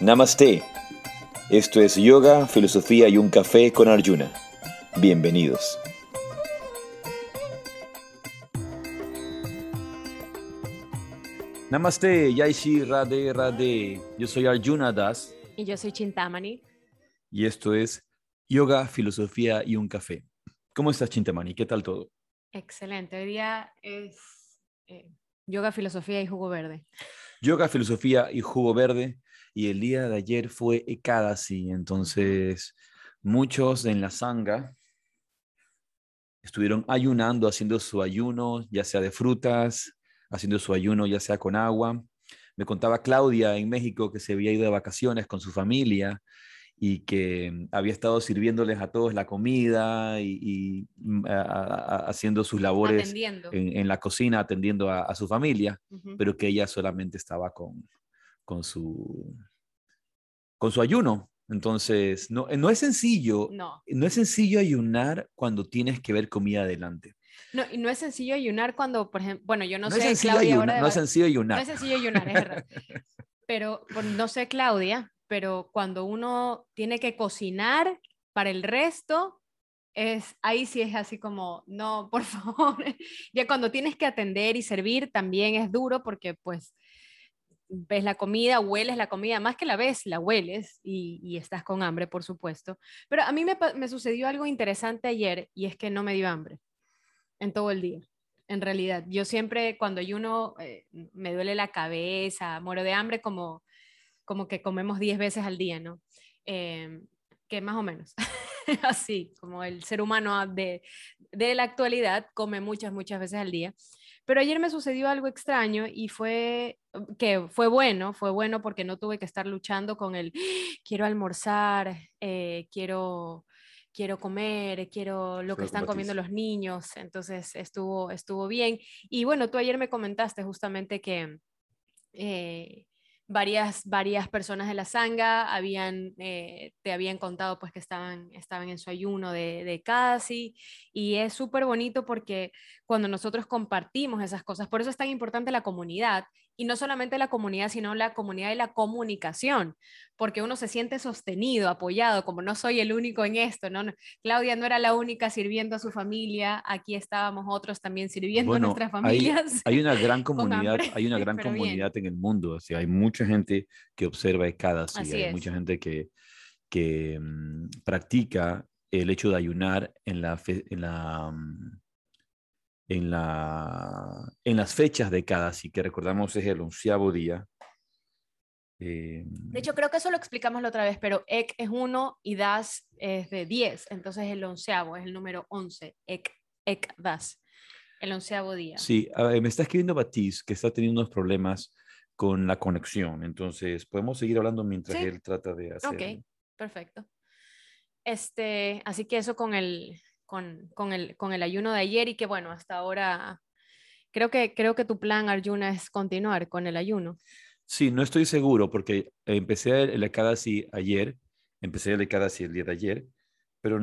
Namaste. Esto es Yoga, Filosofía y un Café con Arjuna. Bienvenidos. Namaste, Yaishi Radhe Radhe. Yo soy Arjuna Das Y yo soy Chintamani. y esto es Yoga, Filosofía y un Café. ¿Cómo estás, Chintamani? ¿Qué tal todo? Excelente. Hoy día es yoga, filosofía y jugo verde. Yoga, Filosofía y Jugo Verde. Y el día de ayer fue Ekadasi. Entonces, muchos en la Sangha estuvieron ayunando, haciendo su ayuno, ya sea de frutas, haciendo su ayuno, ya sea con agua. Me contaba Claudia en México que se había ido de vacaciones con su familia y que había estado sirviéndoles a todos la comida haciendo sus labores Atendiendo. en la cocina, atendiendo a su familia, Ujú. pero que ella solamente estaba con su, con su ayuno. Entonces, no es sencillo, No. no es sencillo ayunar cuando tienes que ver comida adelante. No, y no es sencillo ayunar cuando, por ejemplo, bueno, yo no No es sé, sencillo Claudia, ahora ayunar, de no es sencillo no ayunar. es sencillo ayunar, es verdad. Pero no sé, Claudia, pero cuando uno tiene que cocinar para el resto, ahí sí es así como, no, por favor. Ya cuando tienes que atender y servir también es duro porque pues ves la comida, hueles la comida, más que la ves, la hueles y estás con hambre, por supuesto. Pero a mí me sucedió algo interesante ayer y es que no me dio hambre en todo el día. En realidad, yo siempre cuando ayuno me duele la cabeza, muero de hambre como que comemos 10 veces al día, ¿no? Eh, que más o menos, así, como el ser humano de la actualidad come muchas veces al día. Pero ayer me sucedió algo extraño y fue bueno porque no tuve que estar luchando con el quiero almorzar, quiero comer, quiero lo que Solo están comiendo compartís. los niños, entonces estuvo bien. Y bueno, tú ayer me comentaste justamente que eh, varias personas de la Sangha te habían contado pues que estaban en su ayuno de casi y es súper bonito porque cuando nosotros compartimos esas cosas, por eso es tan importante la comunidad y no solamente la comunidad, sino la comunidad y la comunicación, porque uno se siente sostenido, apoyado, como no soy el único en esto, ¿no? Claudia no era la única sirviendo a su familia, aquí estábamos otros también sirviendo a Bueno, nuestras familias con hambre, hay una gran pero bien. comunidad en el mundo. O sea, hay mucha gente que observa Ekadasi, Así hay es. mucha gente que practica el hecho de ayunar en las fechas de Ekadasi, que recordamos es el 11º día. Eh, De hecho, creo que eso lo explicamos la otra vez, pero ek es 1 y das es de 10, entonces el 11º es el número 11, ek das, el 11º día. sí, me está escribiendo Batiz que está teniendo unos problemas con la conexión, entonces podemos seguir hablando mientras Sí, él trata de ok, hacerlo. perfecto. Así que eso con el ayuno de ayer y que bueno, hasta ahora creo que tu plan, Arjuna, es continuar con el ayuno. Sí, no estoy seguro porque empecé el Ekadasi ayer, empecé el Ekadasi el día de ayer, pero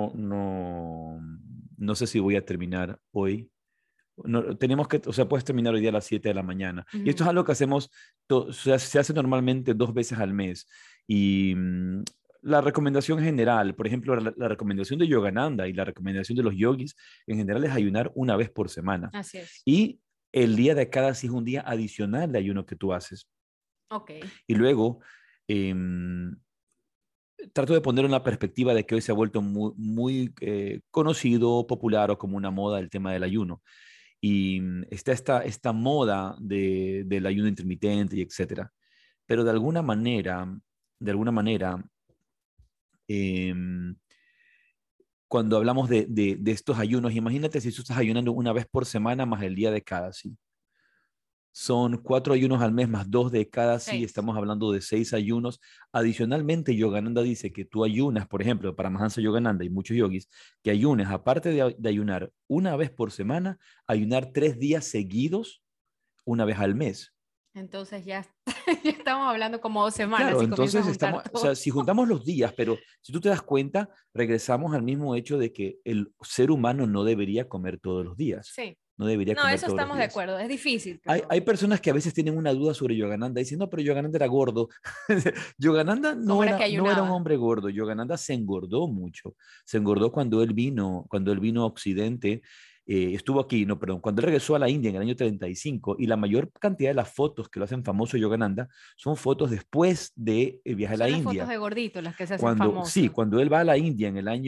no sé si voy a terminar hoy. No, tenemos que, o sea, puedes terminar hoy día a las 7 de la mañana. Y esto Ujú. es algo que hacemos, o sea, se hace normalmente 2 veces al mes. Y la recomendación general, por ejemplo, la recomendación de Yogananda y la recomendación de los yogis en general es ayunar una vez por semana. Así es. Y el día de Ekadasi es un día adicional de ayuno que tú haces. Ok. Y luego, eh, trato de poner una perspectiva de que hoy se ha vuelto muy conocido, popular o como una moda el tema del ayuno. Y está esta moda del ayuno intermitente y etcétera. Pero de alguna manera, eh, cuando hablamos de estos ayunos, imagínate si tú estás ayunando una vez por semana más el día de cada, ¿sí? Son 4 ayunos al mes más 2 de cada, sí, 6. estamos hablando de 6 ayunos. Adicionalmente, Yogananda dice que tú ayunas, por ejemplo, para Mahansa Yogananda y muchos yogis, que ayunes, aparte de ayunar una vez por semana, ayunar 3 días seguidos una vez al mes. Entonces ya, ya estamos hablando como 2 semanas Claro, y comienzo a entonces juntar estamos, o sea, todo. si juntamos los días, pero si tú te das cuenta, regresamos al mismo hecho de que el ser humano no debería comer todos los días. Sí, no debería No, comer eso todos los estamos de días. acuerdo, es difícil, Hay pero personas que a veces tienen una duda sobre Yogananda. Dicen, no, pero Yogananda era gordo. Yogananda ¿cómo era que no era un ayunaba? hombre gordo. Yogananda se engordó mucho. Se engordó cuando él vino a Occidente. Estuvo aquí, no, perdón, cuando él regresó a la India en el año 35, y la mayor cantidad de las fotos que lo hacen famoso Yogananda son fotos después de el viaje a la Son las fotos India. de gordito las que se hacen Cuando, sí, famosos. cuando él va a la India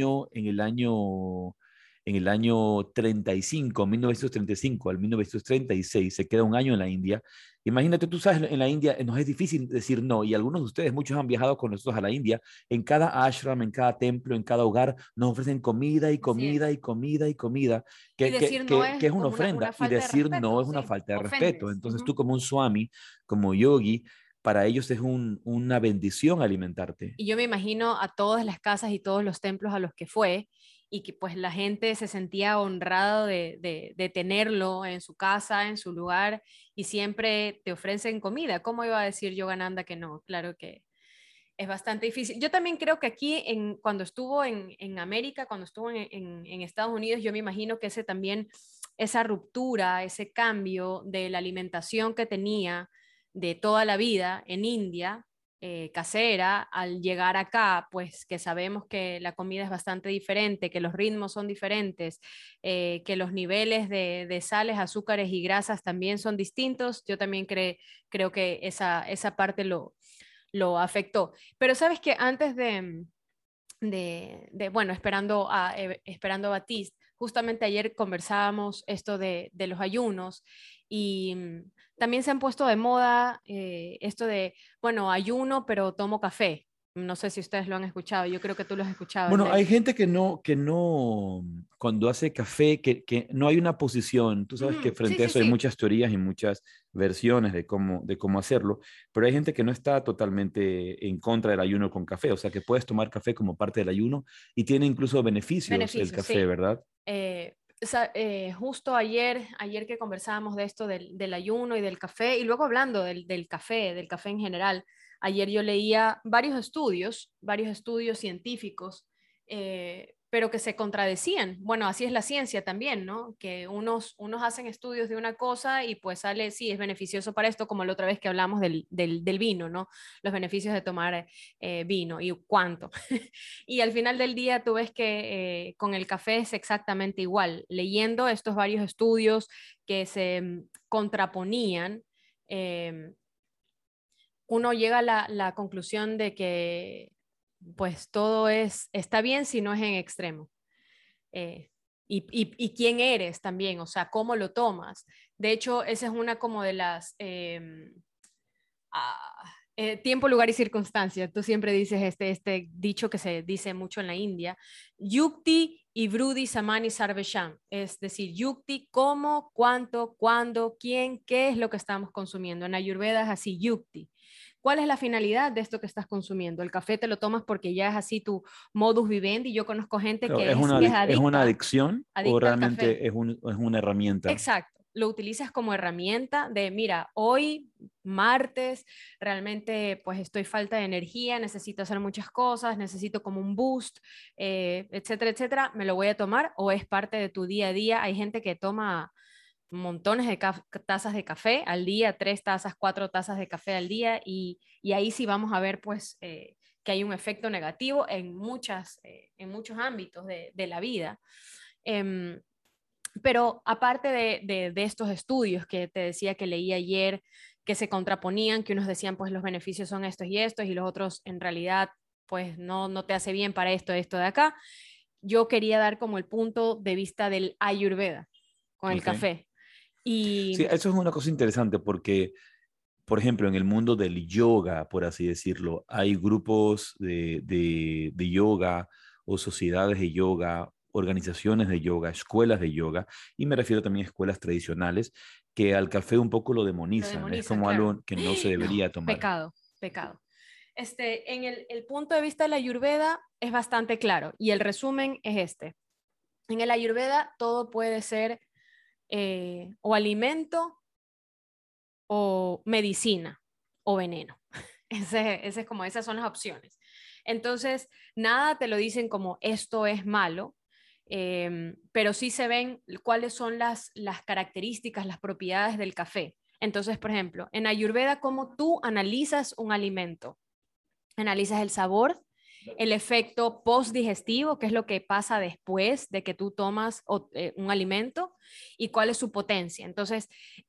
en el año 35, 1935 al 1936, se queda un año en la India. Imagínate, tú sabes, en la India nos es difícil decir no, y algunos de ustedes, muchos han viajado con nosotros a la India. En cada ashram, en cada templo, en cada hogar, nos ofrecen comida y Así comida es. y comida y comida, Y que, que, decir no que, que es es una como ofrenda, una y falta de decir no respeto, es una sí, falta de respeto. ofendes. Entonces tú Ujú. como un swami, como yogi, para ellos es una bendición alimentarte. Y yo me imagino a todas las casas y todos los templos a los que fue y que pues la gente se sentía honrado de tenerlo en su casa, en su lugar y siempre te ofrecen comida. ¿Cómo iba a decir Yogananda que no? Claro que es bastante difícil. Yo también creo que aquí, cuando estuvo en América, cuando estuvo en Estados Unidos, yo me imagino que ese también, esa ruptura, ese cambio de la alimentación que tenía de toda la vida en India, casera, al llegar acá, pues que sabemos que la comida es bastante diferente, que los ritmos son diferentes, que los niveles de sales, azúcares y grasas también son distintos. Yo también creo que esa parte lo afectó. Pero sabes que antes bueno, esperando a Batiste, justamente ayer conversábamos esto de los ayunos y también se han puesto de moda esto de, bueno, ayuno, pero tomo café. No sé si ustedes lo han escuchado, yo creo que tú lo has escuchado. Bueno, hay gente que no, cuando hace café, que no hay una posición. Tú sabes que Ujú, sí, frente a sí, eso hay sí, muchas teorías y muchas versiones de cómo hacerlo, pero hay gente que no está totalmente en contra del ayuno con café, o sea que puedes tomar café como parte del ayuno y tiene incluso beneficios el beneficios, café, sí. ¿verdad? Justo ayer que conversábamos de esto del ayuno y del café, y luego hablando del café en general, ayer yo leía varios estudios científicos, pero que se contradecían. Bueno, así es la ciencia también, ¿no? Que unos hacen estudios de una cosa y pues sale, sí, es beneficioso para esto, como la otra vez que hablamos del vino, ¿no? Los beneficios de tomar vino y cuánto. Y al final del día tú ves que con el café es exactamente igual. Leyendo estos varios estudios que se contraponían, eh, uno llega a la conclusión de que pues todo está bien si no es en extremo. Eh, y quién eres también, o sea, cómo lo tomas. De hecho, esa es una como de las tiempo, lugar y circunstancia. Tú siempre dices este dicho que se dice mucho en la India, Yukti y Vrudi Samani Sarvesham, es decir, Yukti, cómo, cuánto, cuándo, quién, qué es lo que estamos consumiendo. En Ayurveda es así, Yukti. ¿Cuál es la finalidad de esto que estás consumiendo? El café te lo tomas porque ya es así tu modus vivendi. Yo conozco gente Claro, que ¿es es, una, que es es una adicta, adicción o adicta al café. realmente es una herramienta? Exacto, lo utilizas como herramienta de, mira, hoy martes realmente pues estoy falta de energía, necesito hacer muchas cosas, necesito como un boost, etcétera, etcétera, me lo voy a tomar o es parte de tu día a día. Hay gente que toma montones de tazas de café al día, 3 tazas, 4 tazas de café al día y ahí sí vamos a ver pues que hay un efecto negativo en muchos ámbitos de la vida. Em, pero aparte de estos estudios que te decía que leí ayer, que se contraponían, que unos decían pues los beneficios son estos y los otros en realidad pues no te hace bien para esto de acá, yo quería dar como el punto de vista del Ayurveda con el Ok. café. Sí, Y eso es una cosa interesante porque, por ejemplo, en el mundo del yoga, por así decirlo, hay grupos de yoga o sociedades de yoga, organizaciones de yoga, escuelas de yoga, y me refiero también a escuelas tradicionales, que al café un poco lo lo demonizan. Es demonizan, como claro. algo que no se No, debería tomar. pecado, pecado. En el punto de vista de la Ayurveda es bastante claro y el resumen es este. En el Ayurveda todo puede ser o alimento o medicina o veneno. Ese es esas son las opciones. Entonces, nada te lo dicen como esto es malo, pero sí se ven cuáles son las características, las propiedades del café. Entonces, por ejemplo, en Ayurveda, ¿cómo tú analizas un alimento? Analizas el sabor, el efecto postdigestivo, que es lo que pasa después de que tú tomas un alimento, y cuál es su potencia. Entonces,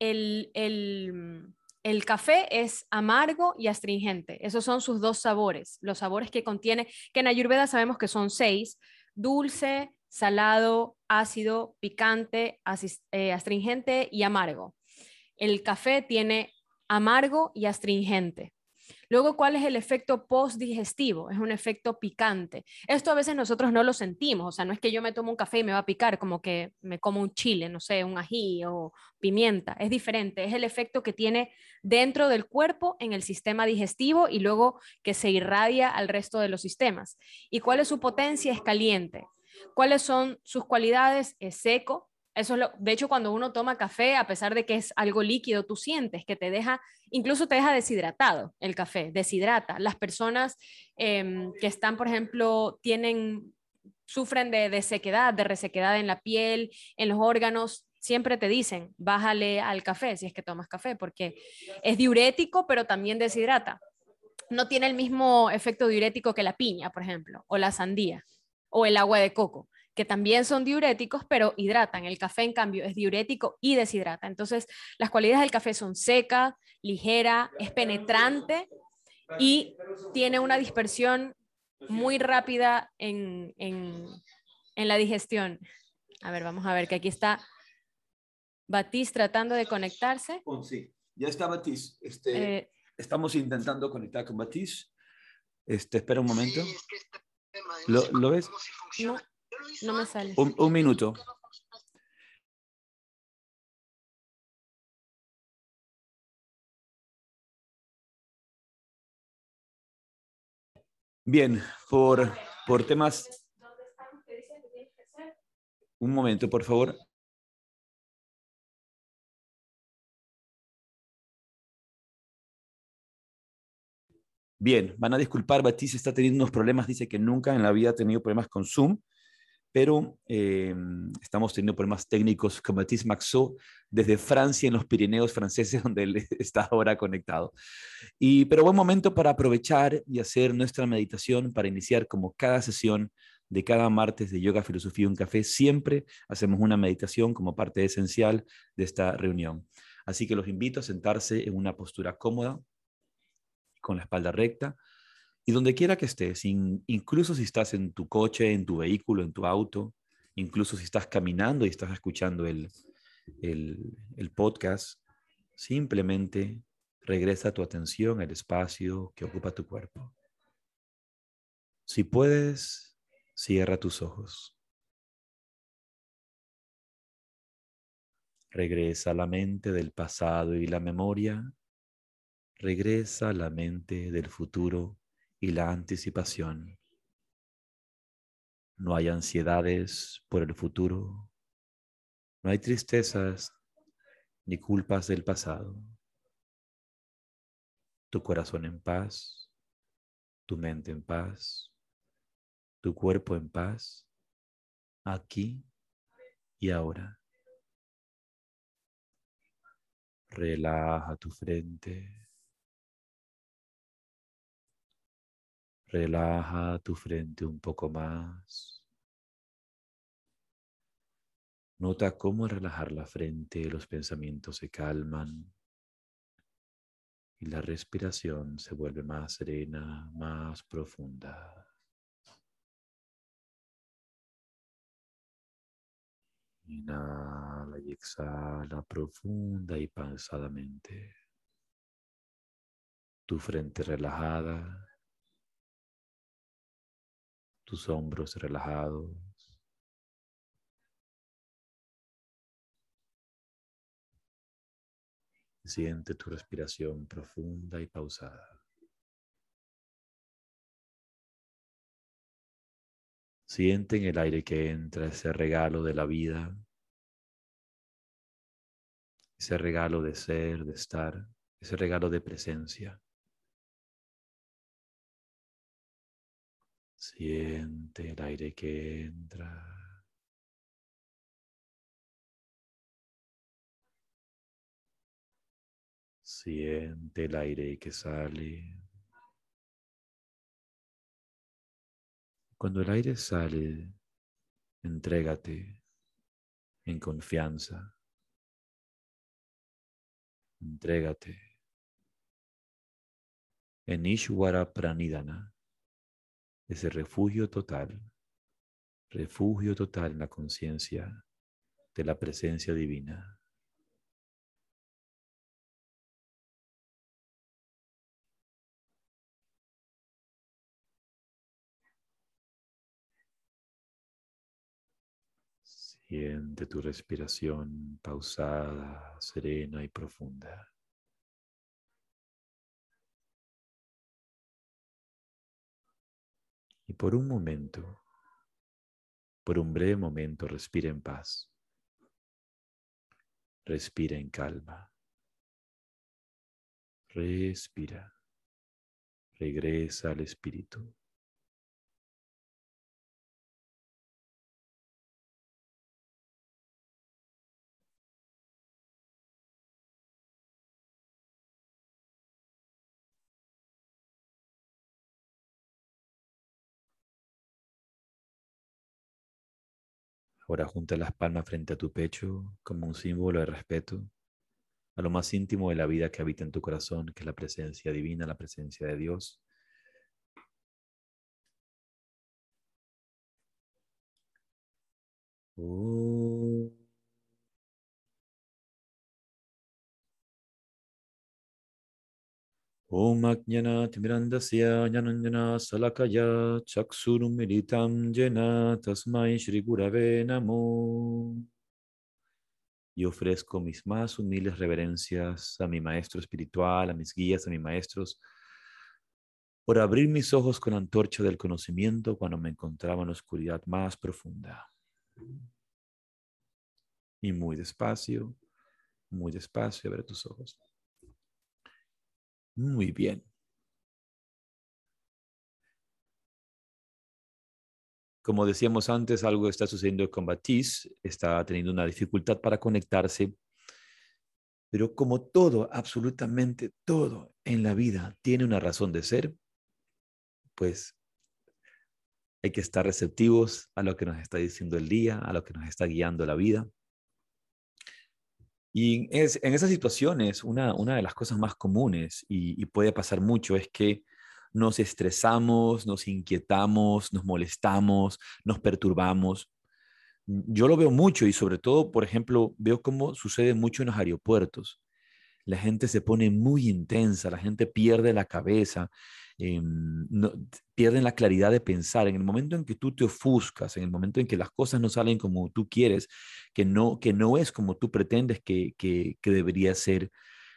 el café es amargo y astringente. Esos son sus dos sabores. Los sabores que contiene, que en Ayurveda sabemos que son 6: dulce, salado, ácido, picante, astringente y amargo. El café tiene amargo y astringente. Luego, ¿cuál es el efecto postdigestivo? Es un efecto picante. Esto a veces nosotros no lo sentimos, o sea, no es que yo me tomo un café y me va a picar como que me como un chile, no sé, un ají o pimienta. Es diferente, es el efecto que tiene dentro del cuerpo en el sistema digestivo y luego que se irradia al resto de los sistemas. ¿Y cuál es su potencia? Es caliente. ¿Cuáles son sus cualidades? Es seco. Eso es de hecho, cuando uno toma café, a pesar de que es algo líquido, tú sientes que te deja, incluso te deja deshidratado el café, deshidrata. Las personas que están, por ejemplo, sufren de sequedad, de resequedad en la piel, en los órganos, siempre te dicen, bájale al café si es que tomas café, porque es diurético, pero también deshidrata. No tiene el mismo efecto diurético que la piña, por ejemplo, o la sandía, o el agua de coco, que también son diuréticos, pero hidratan. El café, en cambio, es diurético y deshidrata. Entonces, las cualidades del café son seca, ligera, es penetrante y tiene una dispersión muy rápida en la digestión. A ver, vamos a ver que aquí está Batiz tratando de conectarse. Sí, ya está Batiz. Eh, Estamos intentando conectar con Batiz. Espera un momento. ¿Lo ves? no, no me sale. Un minuto. Bien, por temas... Un momento, por favor. Bien, van a disculpar, Batiz está teniendo unos problemas, dice que nunca en la vida ha tenido problemas con Zoom, pero estamos teniendo problemas técnicos con Baptiste Maxot desde Francia, en los Pirineos franceses, donde él está ahora conectado. Pero buen momento para aprovechar y hacer nuestra meditación para iniciar como cada sesión de cada martes de Yoga, Filosofía y un Café. Siempre hacemos una meditación como parte esencial de esta reunión. Así que los invito a sentarse en una postura cómoda, con la espalda recta, y donde quiera que estés, incluso si estás en tu coche, en tu vehículo, en tu auto, incluso si estás caminando y estás escuchando el podcast, simplemente regresa tu atención al espacio que ocupa tu cuerpo. Si puedes, cierra tus ojos. Regresa a la mente del pasado y la memoria. Regresa a la mente del futuro y la anticipación. No hay ansiedades por el futuro. No hay tristezas ni culpas del pasado. Tu corazón en paz, tu mente en paz, tu cuerpo en paz, aquí y ahora. Relaja tu frente. Relaja tu frente un poco más. Nota cómo al relajar la frente los pensamientos se calman y la respiración se vuelve más serena, más profunda. Inhala y exhala profunda y pausadamente. Tu frente relajada, tus hombros relajados. Siente tu respiración profunda y pausada. Siente en el aire que entra ese regalo de la vida, ese regalo de ser, de estar, ese regalo de presencia. Siente el aire que entra Siente el aire que sale. Cuando el aire sale, entrégate en confianza. Entrégate en Ishvara Pranidhana, ese refugio total en la conciencia de la presencia divina. Siente tu respiración pausada, serena y profunda. Y por un momento, por un breve momento, respira en paz. Respira en calma. Respira. Regresa al espíritu. Ahora junta las palmas frente a tu pecho como un símbolo de respeto a lo más íntimo de la vida que habita en tu corazón, que es la presencia divina, la presencia de Dios. Oh. Om Ajnana Timirandasya Jnananjana Salakaya Chaksurumilitam Jena Tasmai Shri Gurave Namo. Y ofrezco mis más humildes reverencias a mi maestro espiritual, a mis guías, a mis maestros, por abrir mis ojos con la antorcha del conocimiento cuando me encontraba en la oscuridad más profunda. Y muy despacio, abre tus ojos. Muy bien. Como decíamos antes, algo está sucediendo con Baptiste, está teniendo una dificultad para conectarse, pero como todo, absolutamente todo en la vida tiene una razón de ser, pues hay que estar receptivos a lo que nos está diciendo el día, a lo que nos está guiando la vida. Y en esas situaciones, una de las cosas más comunes, y puede pasar mucho, es que nos estresamos, nos inquietamos, nos molestamos, nos perturbamos. Yo lo veo mucho y sobre todo, por ejemplo, veo cómo sucede mucho en los aeropuertos. La gente se pone muy intensa, la gente pierde la cabeza, no, pierden la claridad de pensar. En el momento en que tú te ofuscas, en el momento en que las cosas no salen como tú quieres, que no es como tú pretendes que debería ser,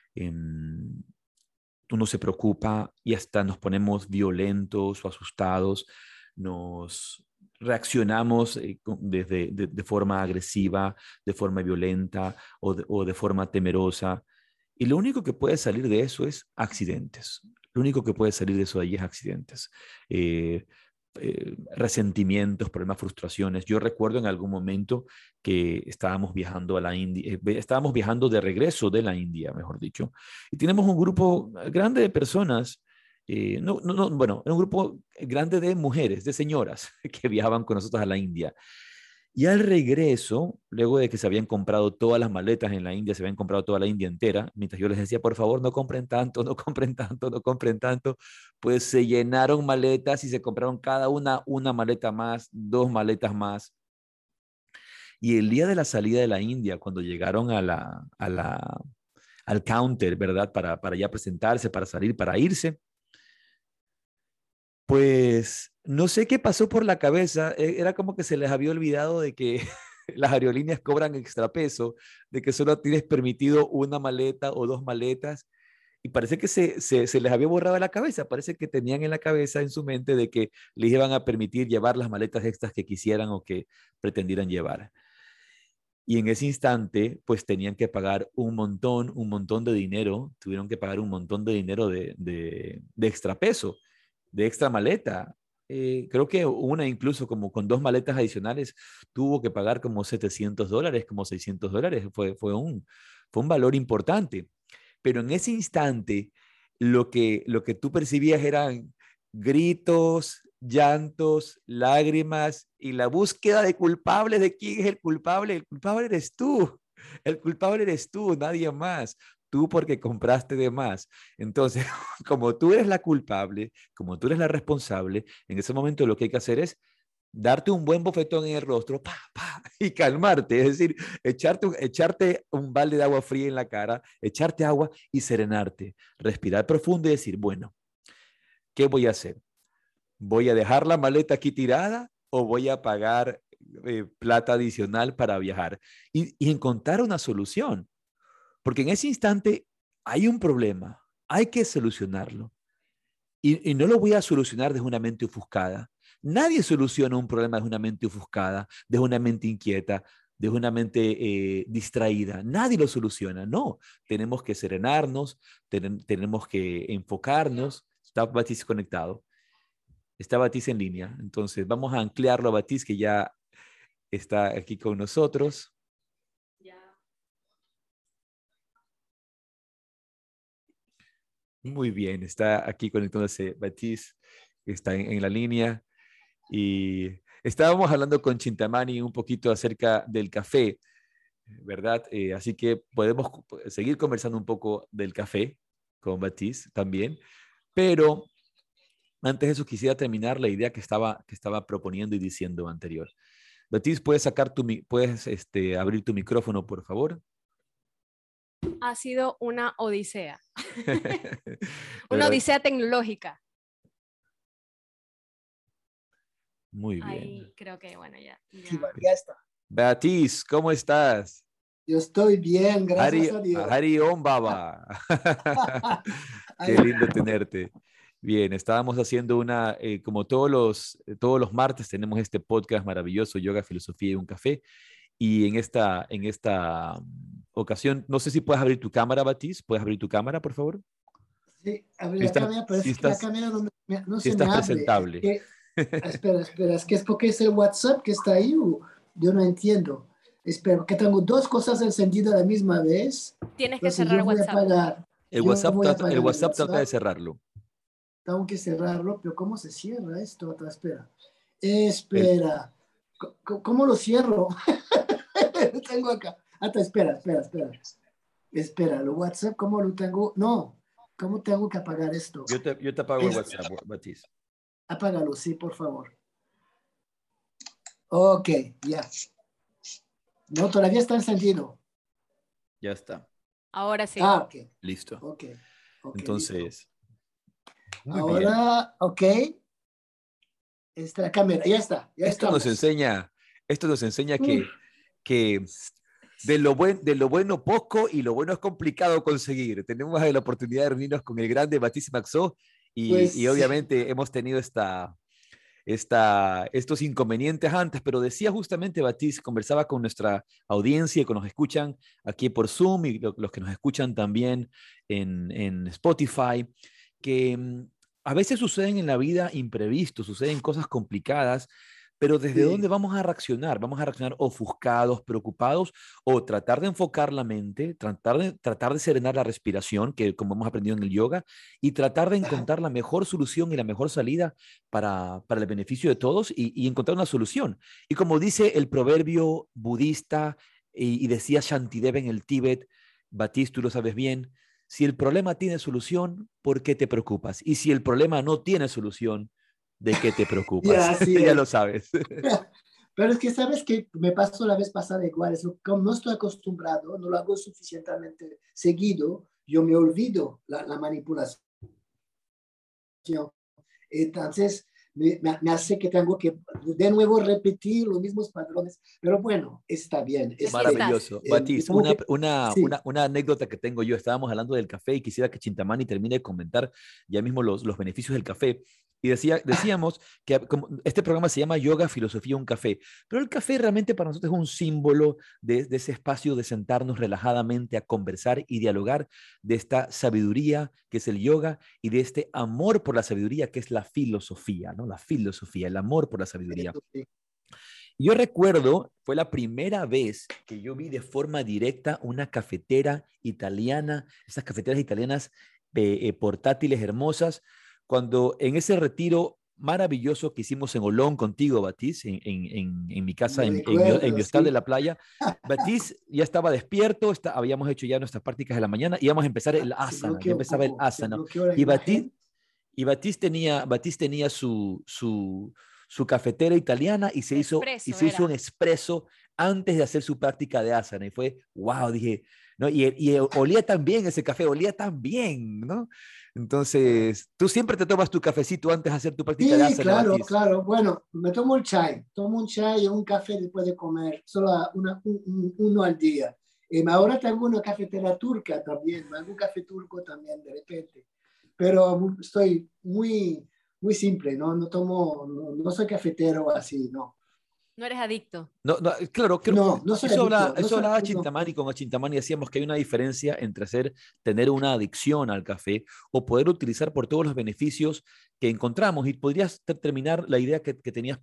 uno se preocupa y hasta nos ponemos violentos o asustados, nos reaccionamos de forma agresiva, de forma violenta o de forma temerosa. Y lo único que puede salir de eso es accidentes. Lo único que puede salir de eso de allí es accidentes. Eh, Resentimientos, problemas, frustraciones. Yo recuerdo en algún momento que estábamos viajando a la India, estábamos viajando de regreso de la India, mejor dicho, y tenemos un grupo grande de personas, bueno, un grupo grande de mujeres, de señoras que viajaban con nosotros a la India. Y al regreso, luego de que se habían comprado todas las maletas en la India, se habían comprado toda la India entera, mientras yo les decía, por favor, no compren tanto, no compren tanto, no compren tanto, pues se llenaron maletas y se compraron cada una maleta más, dos maletas más. Y el día de la salida de la India, cuando llegaron al counter, ¿verdad? Para ya presentarse, para salir, para irse, pues no sé qué pasó por la cabeza, era como que se les había olvidado de que las aerolíneas cobran extra peso, de que solo tienes permitido una maleta o dos maletas, y parece que se les había borrado de la cabeza, parece que tenían en la cabeza, en su mente, de que les iban a permitir llevar las maletas extras que quisieran o que pretendieran llevar. Y en ese instante, pues tenían que pagar un montón de dinero, tuvieron que pagar un montón de dinero de extra peso, de extra maleta. Creo que una incluso como con dos maletas adicionales tuvo que pagar como $700, como $600. Fue un valor importante. pero en ese instante lo que tú percibías eran gritos, llantos, lágrimas y la búsqueda de culpables de quién es el culpable. El culpable eres tú. El culpable eres tú, nadie más. Tú porque compraste de más. Entonces, como tú eres la culpable, como tú eres la responsable, en ese momento lo que hay que hacer es darte un buen bofetón en el rostro, pa, pa, y calmarte, es decir, echarte un balde de agua fría en la cara, echarte agua y serenarte, respirar profundo y decir, bueno, ¿qué voy a hacer? ¿Voy a dejar la maleta aquí tirada o voy a pagar plata adicional para viajar? Y encontrar una solución, porque en ese instante hay un problema, hay que solucionarlo. Y no lo voy a solucionar desde una mente ofuscada. Nadie soluciona un problema desde una mente ofuscada, desde una mente inquieta, desde una mente distraída. Nadie lo soluciona. No, tenemos que serenarnos, tenemos que enfocarnos. Está Batis conectado, está Batis en línea. Entonces vamos a anclarlo a Batis que ya está aquí con nosotros. Muy bien, está aquí conectándose Batis, está en la línea. Y estábamos hablando con Chintamani un poquito acerca del café, ¿verdad? Así que podemos seguir conversando un poco del café con Batis también, pero antes de eso quisiera terminar la idea que estaba proponiendo y diciendo anterior. Batis, ¿puedes abrir tu micrófono, por favor? Ha sido una odisea. Una Pero, odisea tecnológica. muy Ahí bien. creo que, bueno, ya. Sí, ya está. Batis, ¿cómo estás? Yo estoy bien, gracias a Dios. Hari Om Baba. Qué lindo tenerte. Bien, estábamos haciendo como todos los martes tenemos este podcast maravilloso, Yoga, Filosofía y un Café. Y en esta ocasión, no sé si puedes abrir tu cámara, Batis. ¿Puedes abrir tu cámara, por favor? Sí, abrí Si la estás, cámara, pero si es que la estás, cámara no si se me estás abre. presentable. Espera, es que es porque es el WhatsApp que está ahí, yo no entiendo. Espera, que tengo dos cosas encendidas a la misma vez. Tienes que Entonces cerrar yo voy a WhatsApp. apagar. El Yo WhatsApp, voy a apagar el el WhatsApp trata de WhatsApp. cerrarlo. Tengo que cerrarlo, pero ¿cómo se cierra esto? Espera. El- Espera. ¿Cómo lo cierro? Tengo acá. Espera. Espera, el WhatsApp, ¿cómo lo tengo? No, ¿cómo tengo que apagar esto? yo te apago el WhatsApp, Batis. Apágalo, sí, por favor. Ok, ya. No, todavía está encendido. Ya está. Ahora sí. Ah, ok. Listo. Ok, Entonces, listo. muy bien. Ahora, ok. Esta la cámara, ya está, ya Esto estamos. esto nos enseña que de lo bueno poco y lo bueno es complicado conseguir. Tenemos la oportunidad de reunirnos con el grande Batis Maxó y Pues, obviamente hemos tenido estos inconvenientes antes, pero decía justamente Batis, conversaba con nuestra audiencia y con los que escuchan aquí por Zoom y los que nos escuchan también en Spotify, que a veces suceden en la vida imprevistos, suceden cosas complicadas, pero ¿desde sí, dónde vamos a reaccionar? ¿Vamos a reaccionar ofuscados, preocupados o tratar de enfocar la mente, tratar de serenar la respiración, que como hemos aprendido en el yoga, y tratar de encontrar la mejor solución y la mejor salida para el beneficio de todos y encontrar una solución? Y como dice el proverbio budista y decía Shantidev en el Tíbet, Batis, tú lo sabes bien, si el problema tiene solución, ¿por qué te preocupas? Y si el problema no tiene solución, ¿de qué te preocupas? ya, así Ya es. lo sabes. Pero es que sabes que me pasó la vez pasada igual, como no estoy acostumbrado, no lo hago suficientemente seguido, yo me olvido la manipulación. Entonces, me hace que tengo que de nuevo repetir los mismos patrones, pero bueno, está bien. Aquí estás. Maravilloso. Batis, Sí, una anécdota que tengo yo. Estábamos hablando del café y quisiera que Chintamani termine de comentar ya mismo los beneficios del café. Y decíamos que como este programa se llama Yoga, Filosofía, un Café, pero el café realmente para nosotros es un símbolo de ese espacio de sentarnos relajadamente a conversar y dialogar de esta sabiduría que es el yoga y de este amor por la sabiduría que es la filosofía, ¿no? La filosofía, el amor por la sabiduría. eso sí. Yo recuerdo, fue la primera vez que yo vi de forma directa una cafetera italiana, esas cafeteras italianas portátiles hermosas, cuando en ese retiro maravilloso que hicimos en Olón contigo, Batiz, en mi casa, Me en mi recuerdo, hostal de sí. la playa. Batiz ya estaba despierto, habíamos hecho ya nuestras prácticas de la mañana, íbamos a empezar el Se asana, ya bloqueó un empezaba el poco, se asana. bloqueó la Y Batiz, imagen. Batiz tenía su cafetera italiana y De espresso se hizo un era. espresso antes de hacer su práctica de asana. Y fue, wow, dije, ¿no? Y olía tan bien ese café, olía tan bien, ¿no? Entonces, tú siempre te tomas tu cafecito antes de hacer tu práctica de Sí, asana, claro, Batiz. claro. Bueno, me tomo el chai, tomo un chai y un café después de comer, solo uno al día. Ahora tengo una cafetera turca también, algún café turco también de repente, pero estoy muy simple, ¿no? No tomo, no soy cafetero así, no. No eres adicto. No, no, claro, No, no soy adicto, no eso soy, hablaba no. Chintamani, con Chintamani decíamos que hay una diferencia entre tener una adicción al café o poder utilizar por todos los beneficios que encontramos. Y podrías terminar la idea que tenías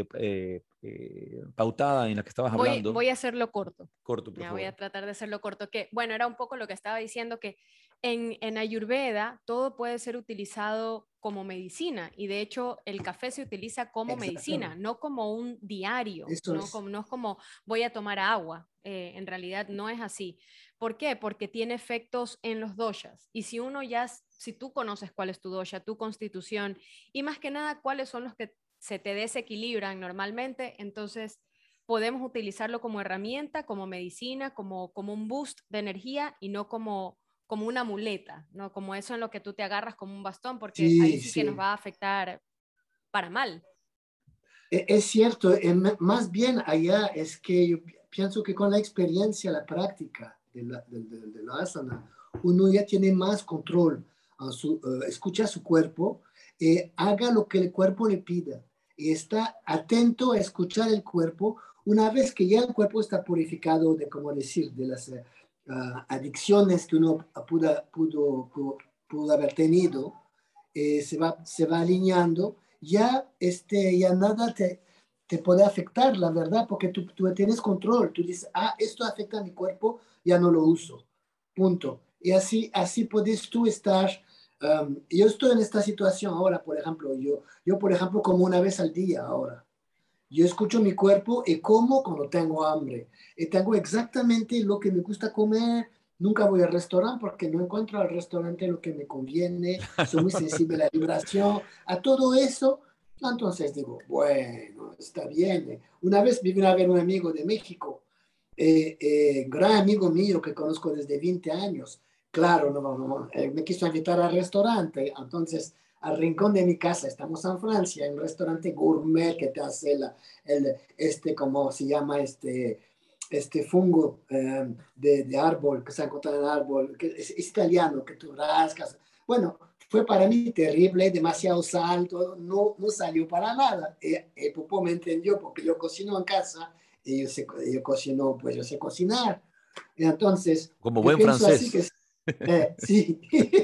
pautada en la que estabas hablando. Voy a hacerlo corto. Corto, por Ya voy a favor. tratar de hacerlo corto. Que, bueno, era un poco lo que estaba diciendo, que en Ayurveda todo puede ser utilizado como medicina y de hecho el café se utiliza como medicina, Exactamente, no como un diario, eso es. no es como voy a tomar agua. En realidad no es así. ¿Por qué? Porque tiene efectos en los doshas. Y si uno ya, si tú conoces cuál es tu dosha, tu constitución y más que nada cuáles son los que se te desequilibran normalmente, entonces podemos utilizarlo como herramienta, como medicina, como un boost de energía y no como una muleta, ¿no? Como eso en lo que tú te agarras como un bastón, porque ahí Sí, sí que nos sí. va a afectar para mal. Es cierto, más bien allá es que yo pienso que con la experiencia, la práctica de la asana, uno ya tiene más control, escucha a su cuerpo, haga lo que el cuerpo le pida y está atento a escuchar el cuerpo una vez que ya el cuerpo está purificado de, como decir, de las adicciones que uno pudo haber tenido, se va alineando ya, ya nada te puede afectar, la verdad, porque tú tienes control. Tú dices, esto afecta a mi cuerpo, ya no lo uso. Punto. Y así puedes tú estar. Yo estoy en esta situación ahora, por ejemplo, yo, por ejemplo, como una vez al día ahora. Yo escucho mi cuerpo y como cuando tengo hambre. Y tengo exactamente lo que me gusta comer. Nunca voy al restaurante porque no encuentro al restaurante lo que me conviene. Soy muy sensible a la vibración, a todo eso. Entonces digo, bueno, está bien. Una vez vine a ver un amigo de México, gran amigo mío que conozco desde 20 años. Claro, me quiso invitar al restaurante. Entonces al rincón de mi casa, estamos en Francia, en un restaurante gourmet que te hace ¿cómo se llama? Este fungo de árbol, que se encuentra en el árbol, que es italiano, que tú rascas. Bueno, fue para mí terrible, demasiado salto, no salió para nada. Popó me entendió porque yo cocino en casa y yo cocino, pues yo sé cocinar. Y entonces, Como yo buen pienso así que francés. sí,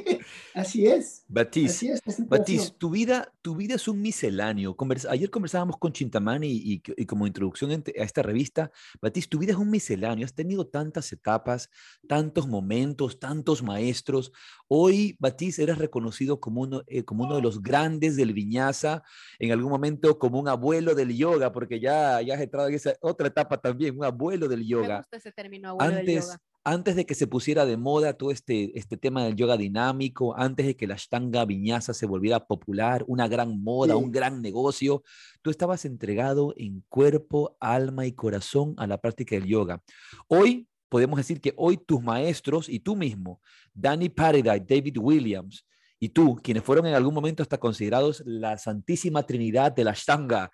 Batiz, así es la Batiz, situación. tu vida es un misceláneo. Ayer conversábamos con Chintamani y como introducción a esta revista, Batiz, tu vida es un misceláneo. Has tenido tantas etapas, tantos momentos, tantos maestros. Hoy, Batiz, eres reconocido como uno de los grandes del Viñasa, en algún momento como un abuelo del yoga, porque ya has entrado en esa otra etapa también, un abuelo del Me yoga. gusta ese término, abuelo del yoga. Antes de que se pusiera de moda todo este tema del yoga dinámico, antes de que la Ashtanga Vinyasa se volviera popular, una gran moda, un Sí, gran negocio, tú estabas entregado en cuerpo, alma y corazón a la práctica del yoga. Hoy, podemos decir que hoy tus maestros y tú mismo, Danny Paradise, David Williams, y tú, quienes fueron en algún momento hasta considerados la Santísima Trinidad de la Ashtanga,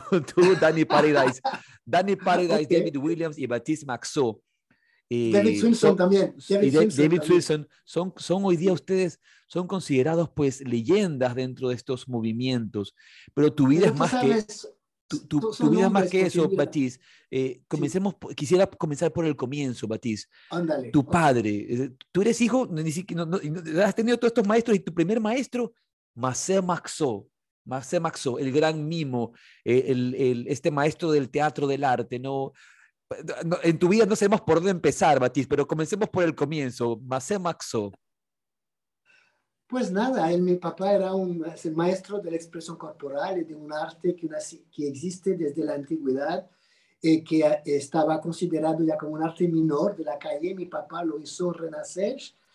Danny Paradise, ok. David Williams y Baptiste Maxot, David Swinson también, David Swinson David también. Wilson, son hoy día ustedes, son considerados pues leyendas dentro de estos movimientos, pero tu vida Pero es tú más que, sabes, tu son vida es más hombres que porque eso, mira, Batiz. sí, Quisiera comenzar por el comienzo, Batiz. ándale, Tu ok. padre, tú eres hijo, ni siquiera, has tenido todos estos maestros y tu primer maestro, Marcel Marceau. Marcel Marceau, el gran mimo, este maestro del teatro del arte, ¿no? En tu vida no sabemos por dónde empezar, Baptiste, pero comencemos por el comienzo. Marcel Marceau. Pues nada, mi papá era es el maestro de la expresión corporal y de un arte que existe desde la antigüedad, que estaba considerado ya como un arte menor de la calle. Mi papá lo hizo renacer,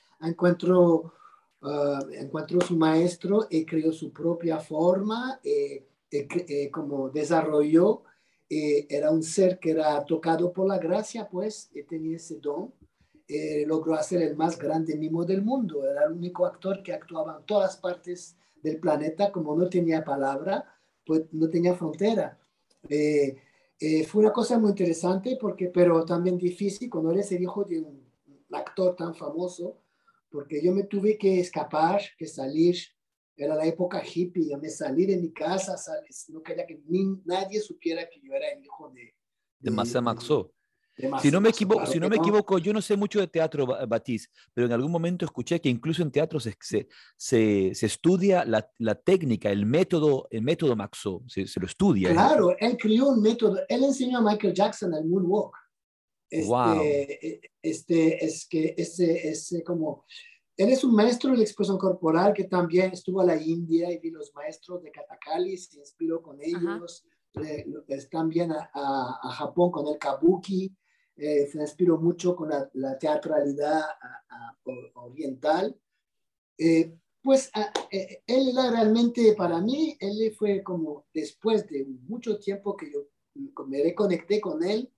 encontró su maestro y creó su propia forma, como desarrolló. Era un ser que era tocado por la gracia, pues, y tenía ese don. Logró hacer el más grande mimo del mundo. Era el único actor que actuaba en todas partes del planeta. Como no tenía palabra, pues no tenía frontera. Fue una cosa muy interesante, pero también difícil cuando eres el hijo de un actor tan famoso, porque yo me tuve que escapar, que salir. Era la época hippie, yo me salí de mi casa, ¿sabes? No quería que nadie supiera que yo era el hijo De Marcel Marceau. de Si no Marcel me Marceau. equivoco, Claro si no que me no. equivoco, yo no sé mucho de teatro, Baptiste, pero en algún momento escuché que incluso en teatro se estudia la técnica, el método Marceau, se lo estudia. Claro, él creó un método. Él enseñó a Michael Jackson el moonwalk. Wow. Como, él es un maestro de expresión corporal que también estuvo a la India y vi los maestros de Kathakali, se inspiró con Ajá. ellos. También a Japón con el kabuki, se inspiró mucho con la teatralidad oriental. Pues él era realmente, para mí, él fue como después de mucho tiempo que yo me reconecté con él,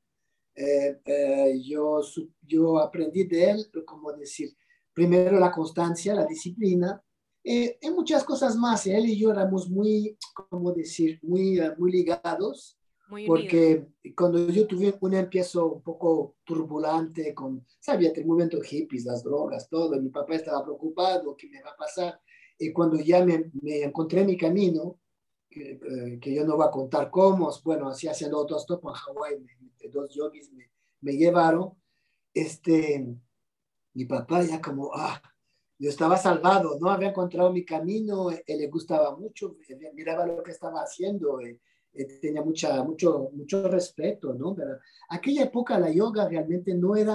yo aprendí de él, como decir, primero la constancia, la disciplina, y muchas cosas más. Él y yo éramos muy, como decir, muy ligados, Muy unidos. porque cuando yo tuve un empiezo un poco turbulente, sabía, el movimiento hippies, las drogas, todo, y mi papá estaba preocupado, ¿qué me va a pasar? Y cuando ya me encontré mi camino, que yo no voy a contar cómo, bueno, así haciendo autostop en Hawái, dos yogis me llevaron, mi papá ya como, yo estaba salvado, ¿no? Había encontrado mi camino, le gustaba mucho, miraba lo que estaba haciendo, tenía mucho respeto, ¿no? Pero aquella época la yoga realmente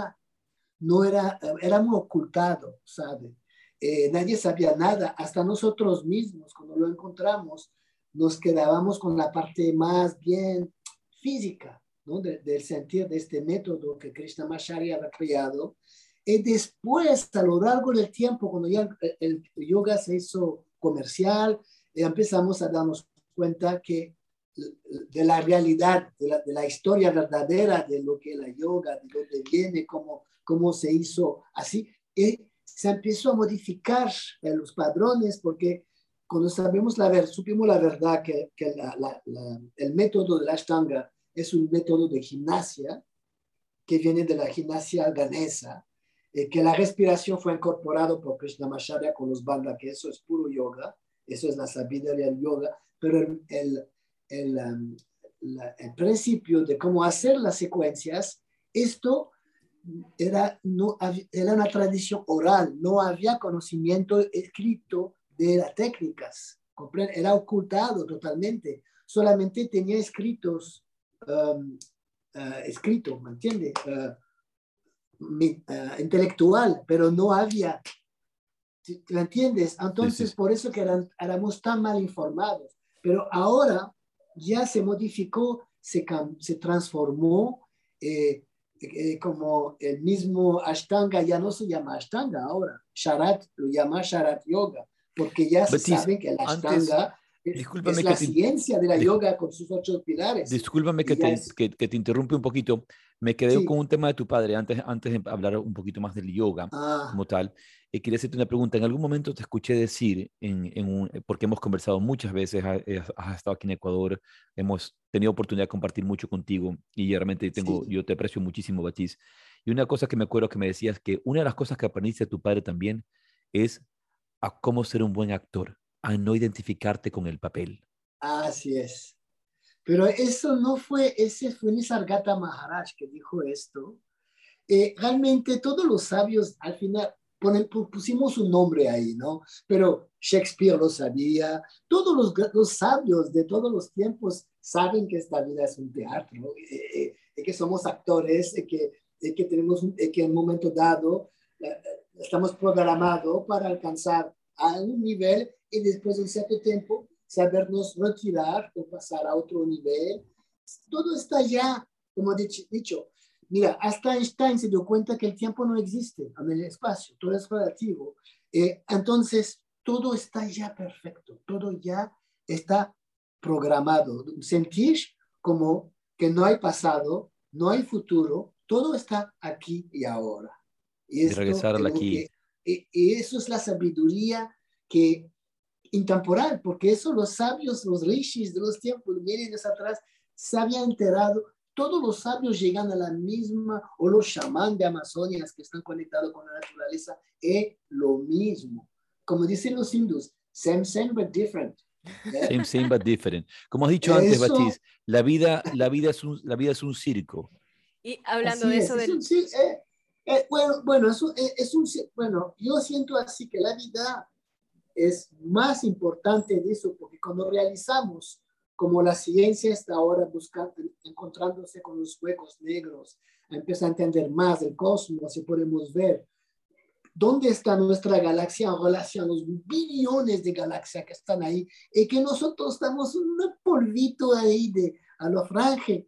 era muy ocultado, ¿sabe? Nadie sabía nada, hasta nosotros mismos, cuando lo encontramos, nos quedábamos con la parte más bien física, ¿no? Del sentir de este método que Krishnamacharya había creado. Y después, a lo largo del tiempo, cuando ya el yoga se hizo comercial, empezamos a darnos cuenta que de la realidad, de la historia verdadera de lo que es la yoga, de dónde viene, cómo se hizo así. Y se empezó a modificar los padrones porque cuando supimos la verdad que el método de la Ashtanga es un método de gimnasia que viene de la gimnasia danesa, que la respiración fue incorporado por Krishnamacharya con los bandha, que eso es puro yoga, eso es la sabiduría del yoga, pero el principio de cómo hacer las secuencias, esto era una tradición oral, no había conocimiento escrito de las técnicas, era ocultado totalmente, solamente tenía escritos, escrito, ¿me entiendes? Intelectual, pero no había, ¿me entiendes? Sí, Entonces, sí. por eso que éramos tan mal informados, pero ahora ya se modificó, se transformó, como el mismo Ashtanga ya no se llama Ashtanga ahora, Sharat lo llama Sharat Yoga, porque ya se Betis, sabe que el antes, Ashtanga es discúlpame que la te, ciencia de la dis- yoga con sus 8 pilares, discúlpame y ya es, que te interrumpe un poquito. Me quedé con sí, un tema de tu padre antes de hablar un poquito más del yoga como tal. Y quería hacerte una pregunta. En algún momento te escuché decir, porque hemos conversado muchas veces, has estado aquí en Ecuador, hemos tenido oportunidad de compartir mucho contigo y realmente sí, yo te aprecio muchísimo, Batiz. Y una cosa que me acuerdo que me decías que una de las cosas que aprendiste de tu padre también es a cómo ser un buen actor, a no identificarte con el papel. así es. Pero eso no fue, ese fue Nisargata Maharaj que dijo esto. Realmente todos los sabios al final pusimos un nombre ahí, ¿no? Pero Shakespeare lo sabía, todos los sabios de todos los tiempos saben que esta vida es un teatro, que somos actores, que tenemos, que en un momento dado estamos programados para alcanzar a un nivel y después de un cierto tiempo sabernos retirar o pasar a otro nivel. Todo está ya, como he dicho. Mira, hasta Einstein se dio cuenta que el tiempo no existe en el espacio, todo es relativo. Entonces, todo está ya perfecto, todo ya está programado. Sentir como que no hay pasado, no hay futuro, todo está aquí y ahora. Y De esto regresar es al lo aquí. y eso es la sabiduría que intemporal, porque eso los sabios, los rishis de los tiempos, milenios atrás, se habían enterado. Todos los sabios llegan a la misma, o los chamán de Amazonia que están conectados con la naturaleza, es lo mismo. Como dicen los hindús, same, but different. Same, but different. Como has dicho antes, Eso, Batiz, la vida es un circo. Y hablando así de eso es un, bueno, bueno, yo siento así que la vida es más importante de eso, porque cuando realizamos, como la ciencia está ahora buscando, encontrándose con los huecos negros, empieza a entender más del cosmos y podemos ver dónde está nuestra galaxia en relación a los billones de galaxias que están ahí y que nosotros estamos un polvito ahí a lo franje.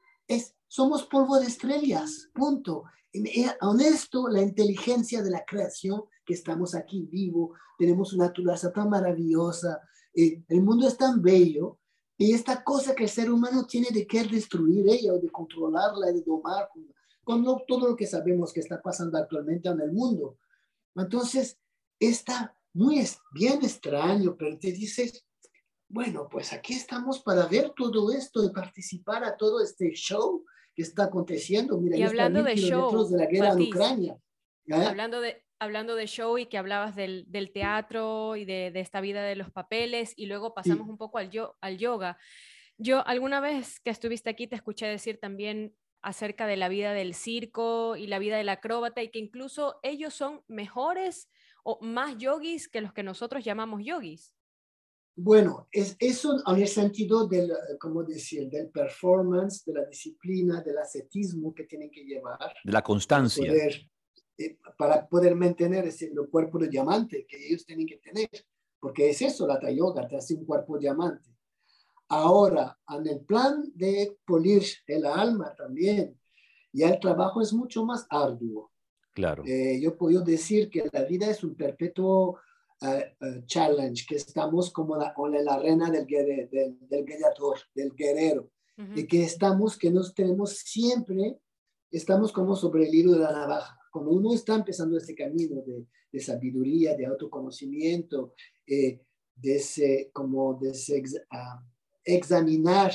Somos polvo de estrellas, punto. Honesto, la inteligencia de la creación, que estamos aquí vivos, tenemos una naturaleza tan maravillosa, el mundo es tan bello, y esta cosa que el ser humano tiene de querer destruir ella o de controlarla, de domar, todo lo que sabemos que está pasando actualmente en el mundo. Entonces, está muy bien extraño, pero te dices, bueno, pues aquí estamos para ver todo esto y participar a todo este show que está aconteciendo. Mira, y yo estoy a hablando 1000 de kilómetros show, de la guerra en Batiz, Ucrania. ¿Ya? hablando de show y que hablabas del teatro y de esta vida de los papeles y luego pasamos Sí. un poco al yoga. Yo alguna vez que estuviste aquí te escuché decir también acerca de la vida del circo y la vida del acróbata y que incluso ellos son mejores o más yogis que los que nosotros llamamos yogis. Bueno, es eso en el sentido del, ¿cómo decir? Del performance, de la disciplina, del ascetismo que tienen que llevar De la constancia. para poder mantener ese cuerpo de diamante que ellos tienen que tener, porque es eso, la Hatha Yoga te hace un cuerpo diamante. Ahora, en el plan de pulir el alma también, ya el trabajo es mucho más arduo. Claro. Yo puedo decir que la vida es un perpetuo challenge, que estamos como en la arena del gladiador, del guerrero, y que que nos tenemos siempre, estamos como sobre el hilo de la navaja. Cuando uno está empezando este camino de sabiduría, de autoconocimiento, examinar,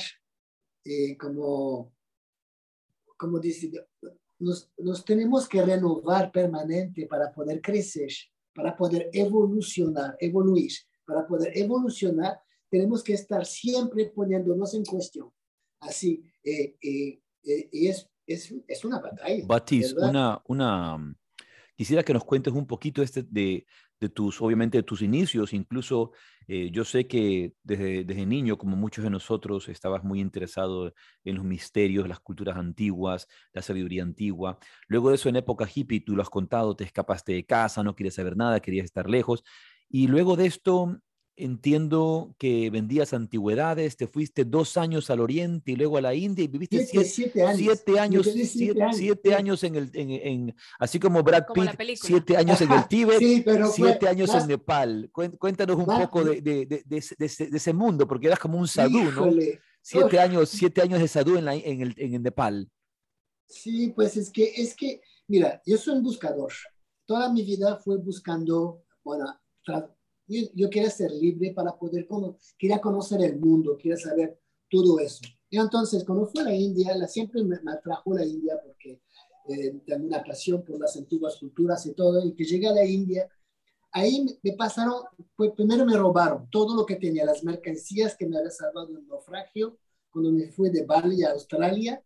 como dice, nos tenemos que renovar permanente para poder crecer, para poder evoluir. Para poder evolucionar, tenemos que estar siempre poniéndonos en cuestión. Así, y es una batalla, Batiz, ¿verdad? quisiera que nos cuentes un poquito obviamente, de tus inicios. Incluso yo sé que desde niño, como muchos de nosotros, estabas muy interesado en los misterios, las culturas antiguas, la sabiduría antigua. Luego de eso, en época hippie, tú lo has contado, te escapaste de casa, no querías saber nada, querías estar lejos. Y luego de esto, entiendo que vendías antigüedades, te fuiste 2 años al Oriente y luego a la India y viviste Siete años. siete Me años, quedé 7 años. siete Sí. años así como Brad Como la Pitt, película. 7 años en el Tíbet, Sí, pero fue 7 años en más, Nepal. Cuéntanos un más, poco de ese mundo, porque eras como un sadhu, ¿no? híjole. Siete Uf. años, 7 años de sadhu en Nepal. Sí, pues mira, yo soy un buscador. Toda mi vida fue buscando, bueno, yo quería ser libre para poder, quería conocer el mundo, quería saber todo eso. Y entonces, cuando fui a la India, siempre me atrajo la India porque tengo una pasión por las antiguas culturas y todo, y que llegué a la India, ahí me pasaron, pues primero me robaron todo lo que tenía, las mercancías que me había salvado del naufragio, cuando me fui de Bali a Australia,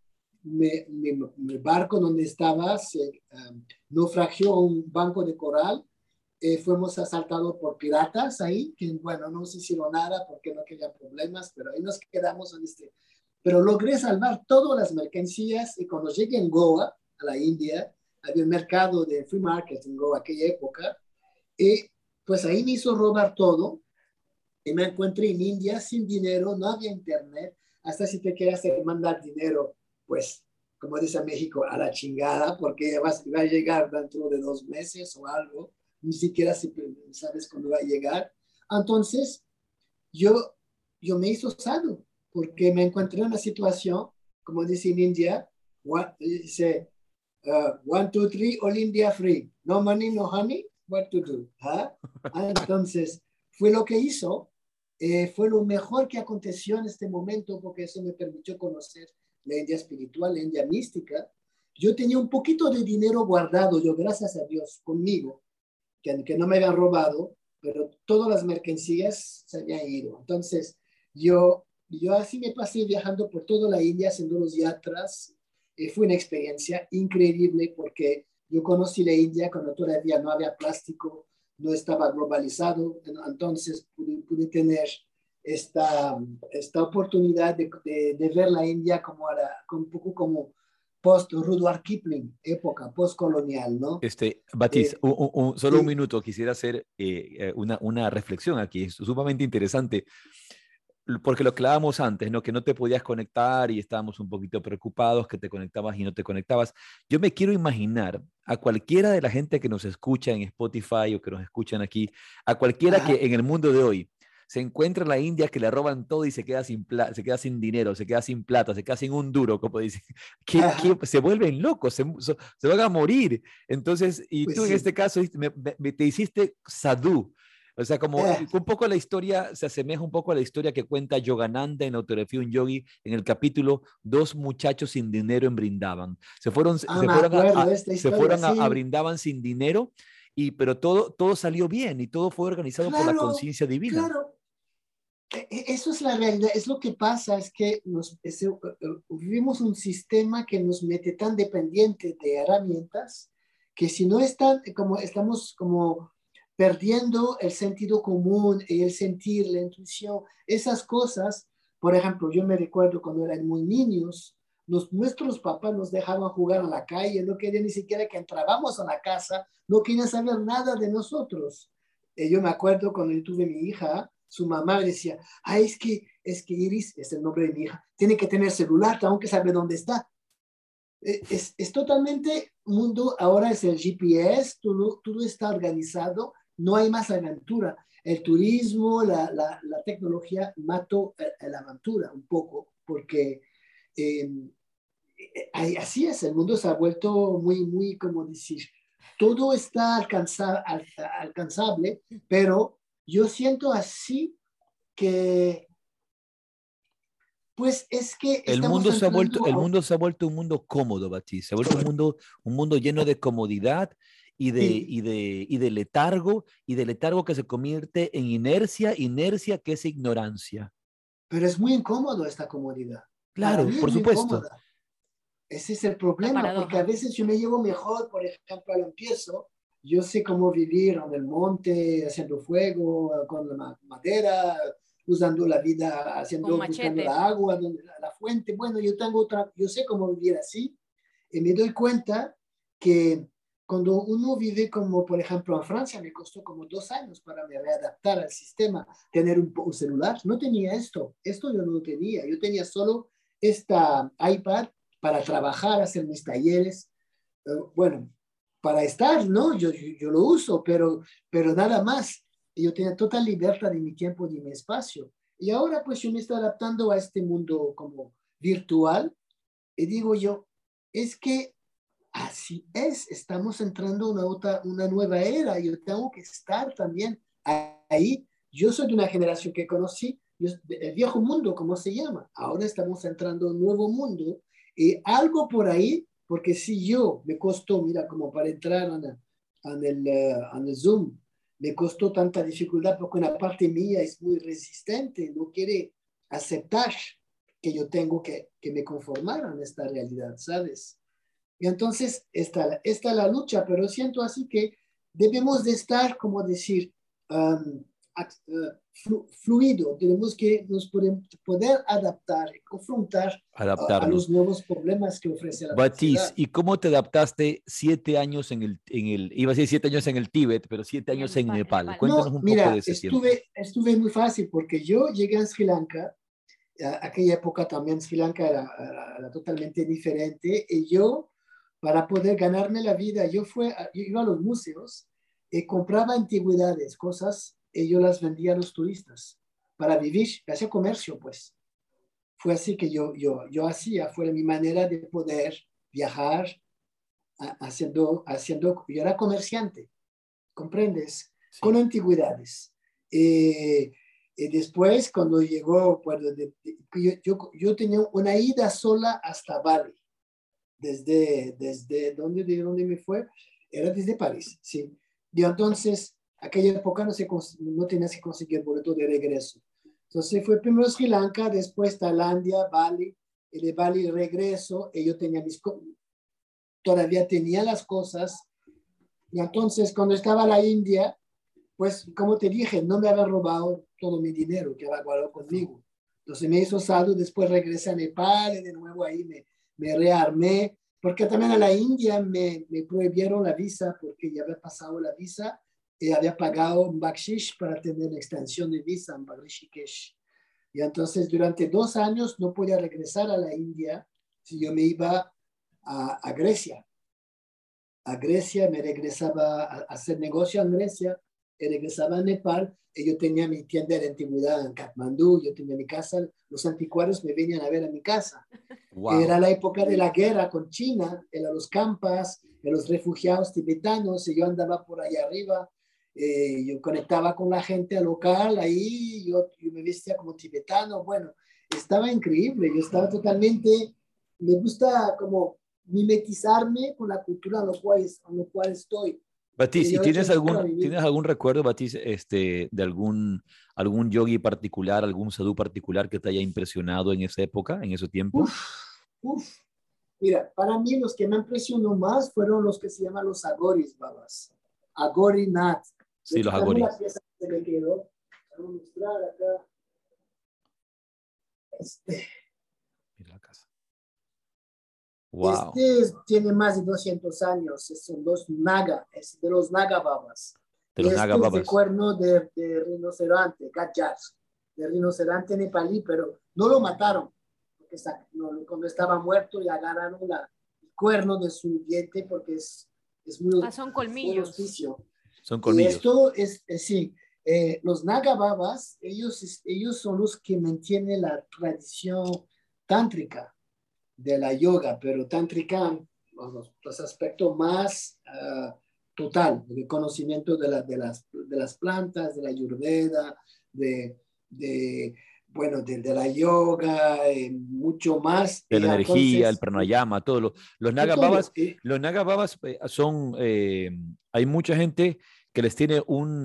mi barco donde estaba se naufragió un banco de coral. Fuimos asaltados por piratas ahí, que bueno, no se hicieron nada porque no querían problemas, pero ahí nos quedamos en este. Pero logré salvar todas las mercancías y cuando llegué en Goa, a la India, había un mercado de free market en Goa aquella época, y pues ahí me hizo robar todo y me encontré en India sin dinero, no había internet, hasta si te quieres mandar dinero, pues como dice México, a la chingada, porque va a llegar dentro de 2 meses o algo, ni siquiera sabes cuándo va a llegar. Entonces, yo me hizo sano, porque me encontré en una situación, como dice en India, dice, 1, 2, 3, all India free, no money, no honey, what to do? ¿Ah? Entonces, fue lo que hizo, fue lo mejor que aconteció en este momento, porque eso me permitió conocer la India espiritual, la India mística. Yo tenía un poquito de dinero guardado, yo gracias a Dios, conmigo, que no me habían robado, pero todas las mercancías se habían ido. Entonces, yo así me pasé viajando por toda la India, haciendo los yatras. Fue una experiencia increíble porque yo conocí la India cuando todavía no había plástico, no estaba globalizado. Entonces, pude tener esta oportunidad de ver la India como un poco como post-Rudyard Kipling, época post-colonial, ¿no? Batis, solo Sí. un minuto, quisiera hacer una reflexión aquí, es sumamente interesante, porque lo clavamos antes, ¿no? Que no te podías conectar y estábamos un poquito preocupados que te conectabas y no te conectabas. Yo me quiero imaginar a cualquiera de la gente que nos escucha en Spotify o que nos escuchan aquí, a cualquiera que en el mundo de hoy se encuentra en la India que le roban todo y se queda sin dinero, se queda sin plata, se queda sin un duro, como dicen, que se vuelven locos, se van a morir. Entonces, y Pues tú en sí. este caso te hiciste sadhu. O sea, como un poco la historia se asemeja un poco a la historia que cuenta Yogananda en la autografía un yogi en el capítulo Dos muchachos sin dinero en Brindavan. Se fueron, Me acuerdo de esta se historia, fueron a sí. Brindavan sin dinero, pero todo salió bien y todo fue organizado por la Claro, conciencia divina. claro. Eso es la realidad, es lo que pasa, es que vivimos un sistema que nos mete tan dependiente de herramientas que si no están, como estamos como perdiendo el sentido común y el sentir, la intuición, esas cosas. Por ejemplo, yo me recuerdo cuando eran muy niños, nuestros papás nos dejaban jugar a la calle, no querían ni siquiera que entrábamos a la casa, no querían saber nada de nosotros. Yo me acuerdo cuando yo tuve mi hija, su mamá decía, es que Iris, es el nombre de mi hija, tiene que tener celular, aunque sabe dónde está. Es totalmente mundo, ahora es el GPS, todo está organizado, no hay más aventura. El turismo, la tecnología mató la aventura un poco, porque eh, así es, el mundo se ha vuelto muy, muy, como decir, todo está alcanzable, pero yo siento así que, pues es que estamos El entrando mundo se ha vuelto un mundo cómodo, Batis. Se ha vuelto un mundo lleno de comodidad sí, y de letargo que se convierte en inercia que es ignorancia. pero es muy incómodo esta comodidad. Para Claro, mí es por muy supuesto. incómoda. Ese es el La problema, porque a paradoja. veces yo me llevo mejor, por ejemplo, al empiezo, yo sé cómo vivir en el monte, haciendo fuego, con la madera, usando la vida, Con buscando machete. la agua, la fuente. Bueno, yo sé cómo vivir así, y me doy cuenta que cuando uno vive como, por ejemplo, en Francia, me costó como 2 años para me readaptar al sistema, tener un celular. No tenía esto yo no lo tenía, yo tenía solo esta iPad para trabajar, hacer mis talleres, bueno, para estar, ¿no? Yo lo uso, pero nada más. Yo tenía total libertad de mi tiempo y de mi espacio. Y ahora pues yo me estoy adaptando a este mundo como virtual y digo yo, es que así es, estamos entrando a una nueva era, yo tengo que estar también ahí. Yo soy de una generación que conocí el viejo mundo, ¿cómo se llama? Ahora estamos entrando a un nuevo mundo y algo por ahí, porque si yo me costó, mira, como para entrar en el Zoom, me costó tanta dificultad porque una parte mía es muy resistente, no quiere aceptar que yo tengo que me conformar en esta realidad, ¿sabes? Y entonces está la lucha, pero siento así que debemos de estar, como decir, fluido, tenemos que poder adaptar y confrontar a los Adaptarnos. nuevos problemas que ofrece la Batiz, sociedad. ¿y cómo te adaptaste 7 años iba a decir 7 años en el Tíbet, pero siete Y años en En Nepal? Nepal. Cuéntanos No, un poco de mira, ese tiempo. estuve muy fácil porque yo llegué a Sri Lanka, aquella época también Sri Lanka era totalmente diferente, y yo, para poder ganarme la vida, yo iba a los museos y compraba antigüedades, cosas, y yo las vendía a los turistas para vivir, hacía comercio, pues. Fue así que yo hacía, fue mi manera de poder viajar yo era comerciante, ¿comprendes? Con Sí. antigüedades. Y después, cuando llegó, bueno, yo tenía una ida sola hasta Bali, de dónde me fue, era desde París, sí. Y entonces, aquella época no tenías que conseguir boleto de regreso. Entonces fue primero Sri Lanka, después Tailandia, Bali, y de Bali regreso, y yo todavía tenía las cosas. Y entonces, cuando estaba en la India, pues, como te dije, no me había robado todo mi dinero que había guardado conmigo. Entonces me hizo saldo, después regresé a Nepal y de nuevo ahí me rearmé, porque también a la India me prohibieron la visa porque ya había pasado la visa y había pagado un bakshish para tener la extensión de visa en Rishikesh. Y entonces durante 2 años no podía regresar a la India si yo me iba a Grecia. A Grecia, me regresaba a hacer negocio en Grecia, y regresaba a Nepal, y yo tenía mi tienda de antigüedad en Katmandú, yo tenía mi casa, los anticuarios me venían a ver a mi casa. Era Wow. la época de la guerra con China, eran los campas, de los refugiados tibetanos, y yo andaba por allá arriba, yo conectaba con la gente local, ahí yo me vestía como tibetano, bueno, estaba increíble, yo estaba totalmente, me gusta como mimetizarme con la cultura a lo cual estoy. Batiz, Y ¿y yo he hecho así toda mi tienes vida. algún recuerdo, Batiz, de algún yogi particular, algún sadhu particular que te haya impresionado en esa época, en ese tiempo? Uf, uf. Mira, para mí los que me impresionó más fueron los que se llaman los Agoris, babas. Agori Nath. De Sí, hecho, los también la agoris. pieza que se me quedó. Voy a mostrar acá. Este, Mira la casa. Wow. este tiene más de 200 años. Son dos Naga, es de los Naga babas. De Y los Naga este es de Babas. cuerno de rinoceronte, Gajjar, de rinoceronte nepalí, pero no lo mataron. Porque cuando estaba muerto y agarraron el cuerno de su diente porque es Son muy colmillos. auspicio. Son Y colmillos. esto sí, los Nagababas, ellos son los que mantienen la tradición tántrica de la yoga, pero tántrica, los aspectos más total, el conocimiento de las plantas, de la ayurveda, de, de bueno, de la yoga, mucho más. De Y la energía, el entonces, pranayama, todo los de Naga todo. Babas, los Naga Babas son, hay mucha gente que les tiene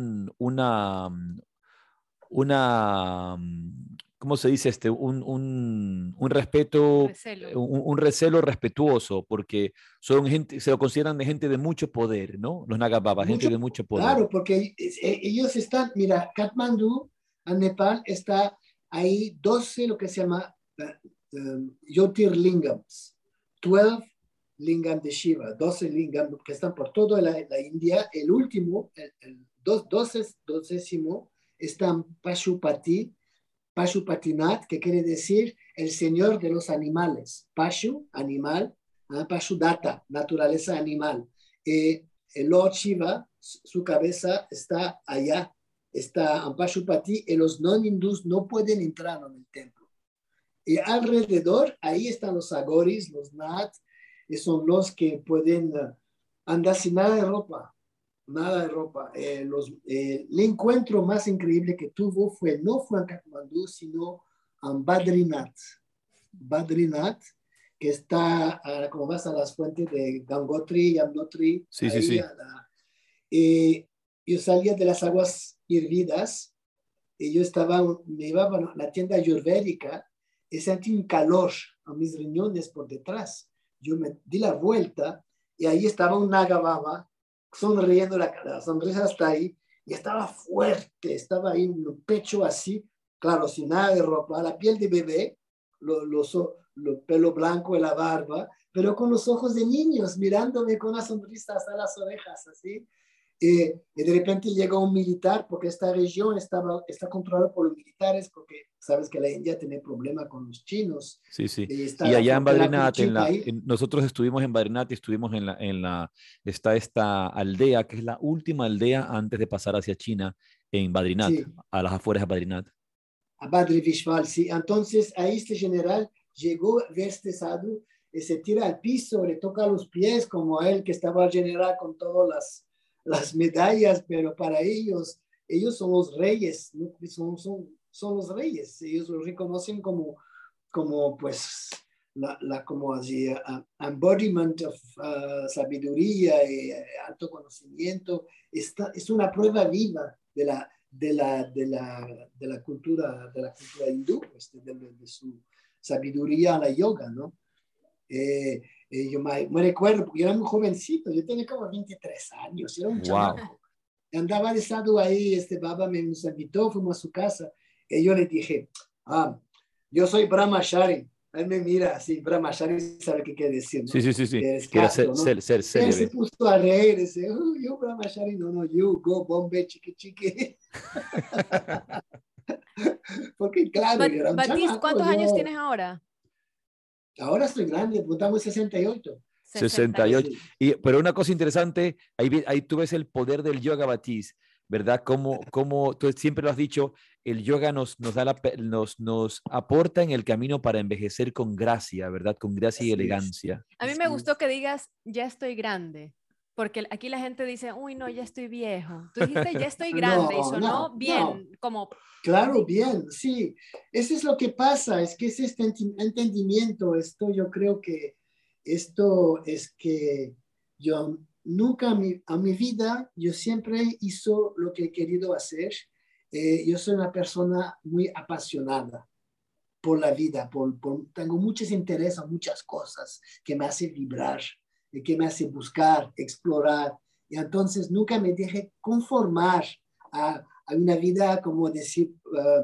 una, ¿cómo se dice? Un respeto, Recelo. un recelo respetuoso, porque son gente, se lo consideran de gente de mucho poder, ¿no? Los Nagababas, gente Mucho, de mucho poder. claro, porque ellos están, mira, Katmandú, a Nepal, está ahí 12 lo que se llama Jyotirlingams, 12 lingam de Shiva, 12 lingam que están por toda la India. El último, docésimo, está en Pashupatinath, que quiere decir el señor de los animales. Pashu, animal, Pashudata, naturaleza animal. El Lord Shiva, su cabeza está allá, está en Pashupati, y los no hindús no pueden entrar en el templo. Y alrededor, ahí están los agoris, los nat, y son los que pueden andar sin nada de ropa, nada de ropa. El encuentro más increíble que tuvo no fue en Kathmandú, sino en Badrinath. Badrinath, que está, como vas a las fuentes de Gangotri, Yamnotri, Sí, sí, ahí, sí. yo salía de las aguas hirvidas y me iba a la tienda ayurvédica, y sentí un calor a mis riñones por detrás. Yo me di la vuelta y ahí estaba un Naga Baba sonriendo, la sonrisa hasta ahí, y estaba fuerte, estaba ahí en el pecho así, claro, sin nada de ropa, la piel de bebé, los pelo blanco y la barba, pero con los ojos de niños, mirándome con una sonrisa hasta las orejas, así. Y de repente llega un militar, porque esta región está controlada por los militares, porque sabes que la India tiene problema con los chinos. Sí, sí. Y está Y la allá en frontera con Badrinat, China ahí. nosotros estuvimos en Badrinat y estuvimos está esta aldea, que es la última aldea antes de pasar hacia China, en Badrinat, Sí, a las afueras de Badrinat. a Badri Vishwal, sí. Entonces, ahí este general llegó a ver este sadhu y se tira al piso, le toca los pies, como a él que estaba el general con todas las medallas, pero para ellos son los reyes, ¿no? Son los reyes. Ellos los reconocen como pues, como así, embodiment of sabiduría y alto conocimiento. Es una prueba viva de la cultura hindú, pues, de su sabiduría a la yoga, ¿no? Yo me recuerdo, porque yo era muy jovencito, yo tenía como 23 años, era un Wow. chamaco. Andaba de sadhu ahí, Baba nos invitó, fuimos a su casa, y yo le dije, yo soy Brahmachari. Él me mira así, Brahmachari sabe qué quiere decir, Sí, ¿no? sí, sí, sí. Que es Que era casto, ¿no? ser Él se célebre. puso a reír, dice, yo Brahmachari, no, you go Bombay, chiqui, chiqui. Porque claro, yo era un Batiste, chamaco, ¿cuántos años tienes ahora? ahora estoy grande, apuntamos 68. 68. 68. Sí. Pero una cosa interesante, ahí tú ves el poder del yoga, Batiz, ¿verdad? Como tú siempre lo has dicho, el yoga nos aporta en el camino para envejecer con gracia, ¿verdad? Con gracia y Así es. elegancia. A mí me gustó que digas, ya estoy grande, porque aquí la gente dice, uy, no, ya estoy viejo. Tú dijiste, ya estoy grande y No, sonó no, no. bien, como, Claro, bien, sí. Eso es lo que pasa, es que ese entendimiento, yo creo que esto es que yo nunca a mi vida, yo siempre hizo lo que he querido hacer. Yo soy una persona muy apasionada por la vida, tengo muchos intereses en muchas cosas que me hacen vibrar, que me hacen buscar, explorar. Y entonces nunca me dejé conformar a una vida, como decir,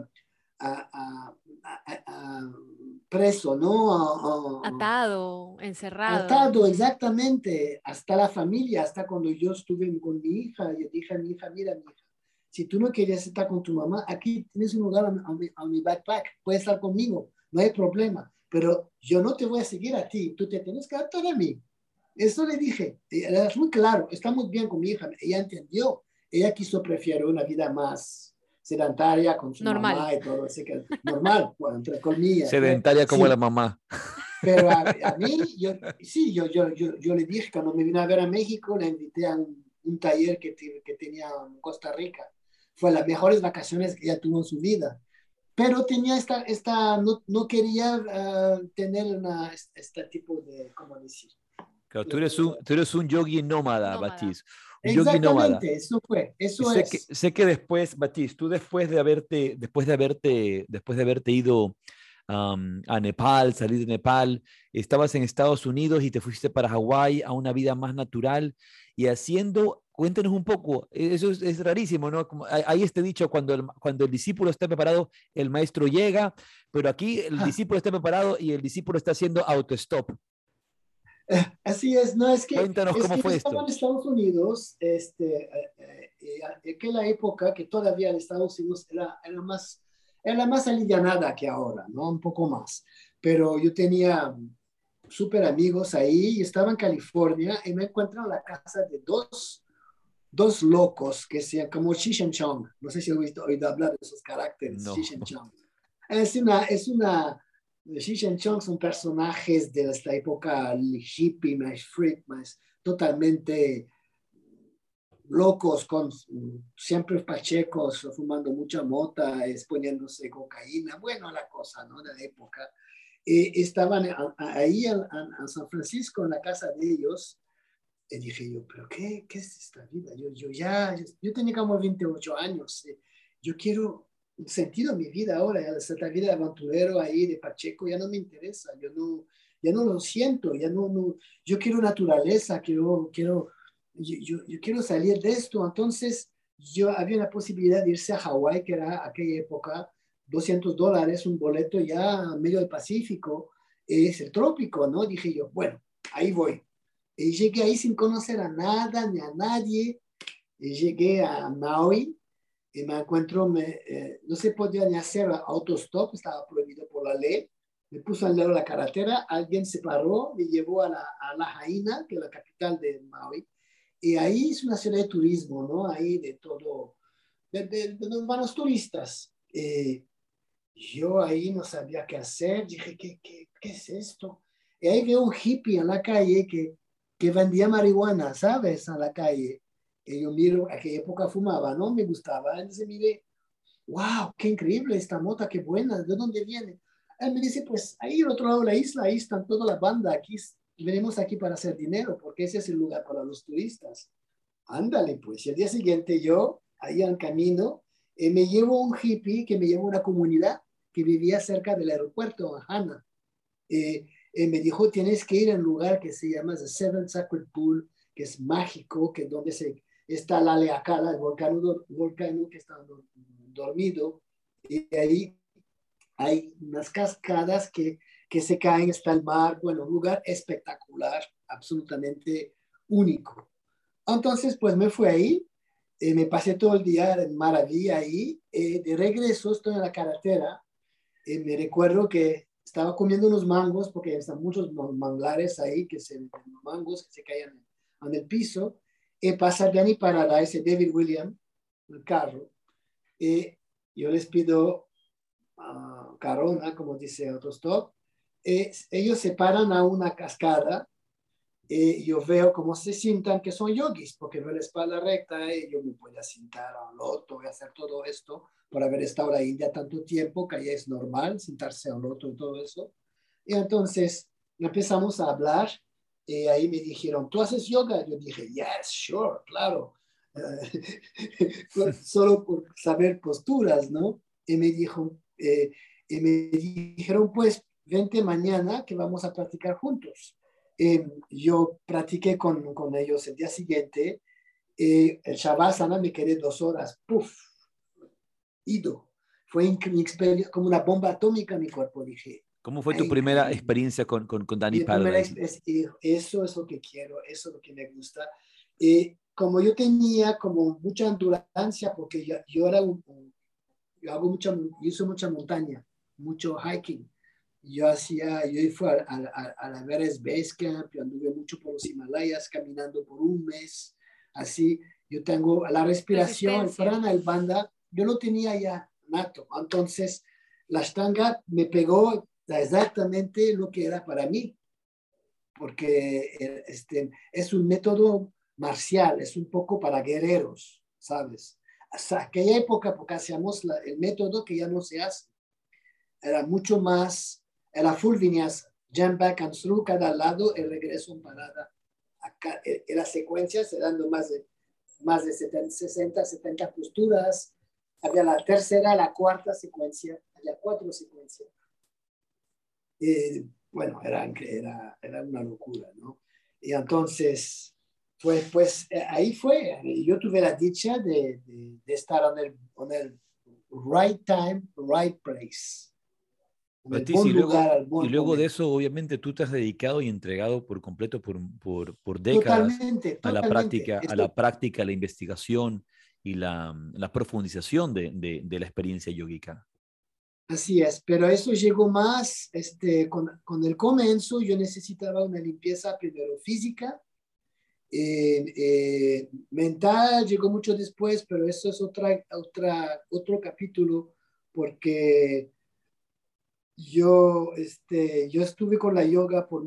preso, ¿no? atado, encerrado. Atado exactamente, hasta la familia, hasta cuando yo estuve con mi hija, yo dije a mi hija, mira, mi hija, si tú no querías estar con tu mamá, aquí tienes un lugar a mi backpack, puedes estar conmigo, no hay problema, pero yo no te voy a seguir a ti, tú te tienes que adaptar a mí. Eso le dije, es muy claro, está muy bien con mi hija, ella entendió, ella prefiere una vida más sedentaria con su Normal. mamá y todo, así que normal, bueno, entre comillas, ¿no? Sedentaria como la Sí, mamá. pero a mí, sí, yo le dije, cuando me vino a ver a México, la invité a un taller que tenía en Costa Rica. Fue las mejores vacaciones que ella tuvo en su vida. Pero tenía no quería tener este tipo de, ¿cómo decir? Claro, tú eres un yogi nómada, Nómada. Batiz. Un yogi nómada. Exactamente, Y eso es. sé que después, Batiz, tú después de haberte ido a Nepal, salir de Nepal, estabas en Estados Unidos y te fuiste para Hawái a una vida más natural y cuéntanos un poco, eso es rarísimo, ¿no? Como, hay este dicho, cuando el discípulo está preparado, el maestro llega, pero aquí el discípulo está preparado y el discípulo está haciendo autostop. Así es, no, Cuéntanos es cómo que yo fue estaba esto. en Estados Unidos, aquella época que todavía en Estados Unidos era más alivianada que ahora, ¿no? Un poco más. Pero yo tenía súper amigos ahí y estaba en California y me encuentro en la casa de dos locos que se llaman como Cheech and Chong. No sé si has oído hablar de esos caracteres, No. Cheech and Chong. Es una Cheech and Chong son personajes de esta época hippie, más freak, más totalmente locos, siempre pachecos, fumando mucha mota, exponiéndose cocaína, bueno, la cosa, ¿no? De la época. Estaban ahí en San Francisco, en la casa de ellos, y dije yo, pero ¿qué es esta vida? Yo tenía como 28 años, yo quiero sentido en mi vida ahora, esta vida de aventurero ahí, de Pacheco, ya no me interesa, ya no lo siento, yo quiero naturaleza, yo quiero salir de esto. Entonces, yo había una posibilidad de irse a Hawái, que era aquella época, $200, un boleto ya a medio del Pacífico, es el trópico, ¿no? Dije yo, bueno, ahí voy. Y llegué ahí sin conocer a nada ni a nadie. Y llegué a Maui y me encuentro, no se podía ni hacer autostop, estaba prohibido por la ley. Me puso al lado de la carretera, alguien se paró, me llevó a la Jaina, que es la capital de Maui, y ahí es una ciudad de turismo, ¿no? Ahí de todo, de van los turistas. Yo ahí no sabía qué hacer, dije, ¿qué es esto? Y ahí veo un hippie en la calle que vendía marihuana, ¿sabes? En la calle. Y yo miro, a qué época fumaba, ¿no? Me gustaba. Entonces mire, wow, qué increíble esta mota, qué buena, ¿de dónde viene? Él me dice, pues ahí al otro lado de la isla, ahí están toda la banda, aquí venimos aquí para hacer dinero, porque ese es el lugar para los turistas. Ándale, pues, y al día siguiente yo, ahí al camino, me llevo un hippie que me llevó a una comunidad que vivía cerca del aeropuerto, en Hana. Me dijo, tienes que ir a un lugar que se llama The Seven Sacred Pool, que es mágico, que es donde está la Leakala, el volcán que está dormido, y ahí hay unas cascadas que se caen, está el mar, bueno, un lugar espectacular, absolutamente único. Entonces, pues me fui ahí, me pasé todo el día en maravilla ahí, de regreso estoy en la carretera, me recuerdo que estaba comiendo unos mangos, porque están muchos manglares ahí, mangos que se caían en el piso, pasa Danny Paradise, David Williams, el carro, yo les pido carona, como dice Autostop, ellos se paran a una cascada, yo veo cómo se sientan que son yogis, porque veo la espalda recta, yo me puedo sentar a un loto, voy a hacer todo esto, por haber estado en la India tanto tiempo, que allá es normal sentarse a un loto y todo eso. Y entonces empezamos a hablar, ahí me dijeron, ¿tú haces yoga? Yo dije, yes, sure, claro. Solo por saber posturas, ¿no? Y me dijeron, pues, vente mañana que vamos a practicar juntos. Yo practiqué con ellos el día siguiente. El Shavasana me quedé 2 horas. ¡Puf! Ido. Fue como una bomba atómica en mi cuerpo. Dije, ¿Cómo fue tu primera experiencia con Danny Paradise? Eso es lo que quiero, eso es lo que me gusta. Como yo tenía como mucha endurancia, porque yo hice mucha montaña, mucho hiking. Yo fui a la Everest Base Camp, yo anduve mucho por los Himalayas, caminando por un mes, así. Yo tengo la respiración, el prana, el bandha, yo lo tenía ya nato. Entonces, la Ashtanga me pegó exactamente lo que era para mí, porque es un método marcial, es un poco para guerreros, ¿sabes? Hasta aquella época, porque hacíamos el método que ya no se hace, era mucho más, era full vinyasa, jump back and through, cada lado, el regreso en parada. Acá, en las secuencias se dando más de 60, 70 posturas. Había la tercera, la cuarta secuencia, había 4 secuencias. Bueno, era una locura, ¿no? Y entonces, pues ahí fue. Yo tuve la dicha de estar en el right time, right place. Y luego de eso, obviamente, tú te has dedicado y entregado por completo por décadas totalmente. a la práctica, la investigación y la profundización de la experiencia yógica. Así es, pero eso llegó más con el comienzo. Yo necesitaba una limpieza primero física, mental llegó mucho después, pero eso es otro capítulo, porque yo estuve con la yoga por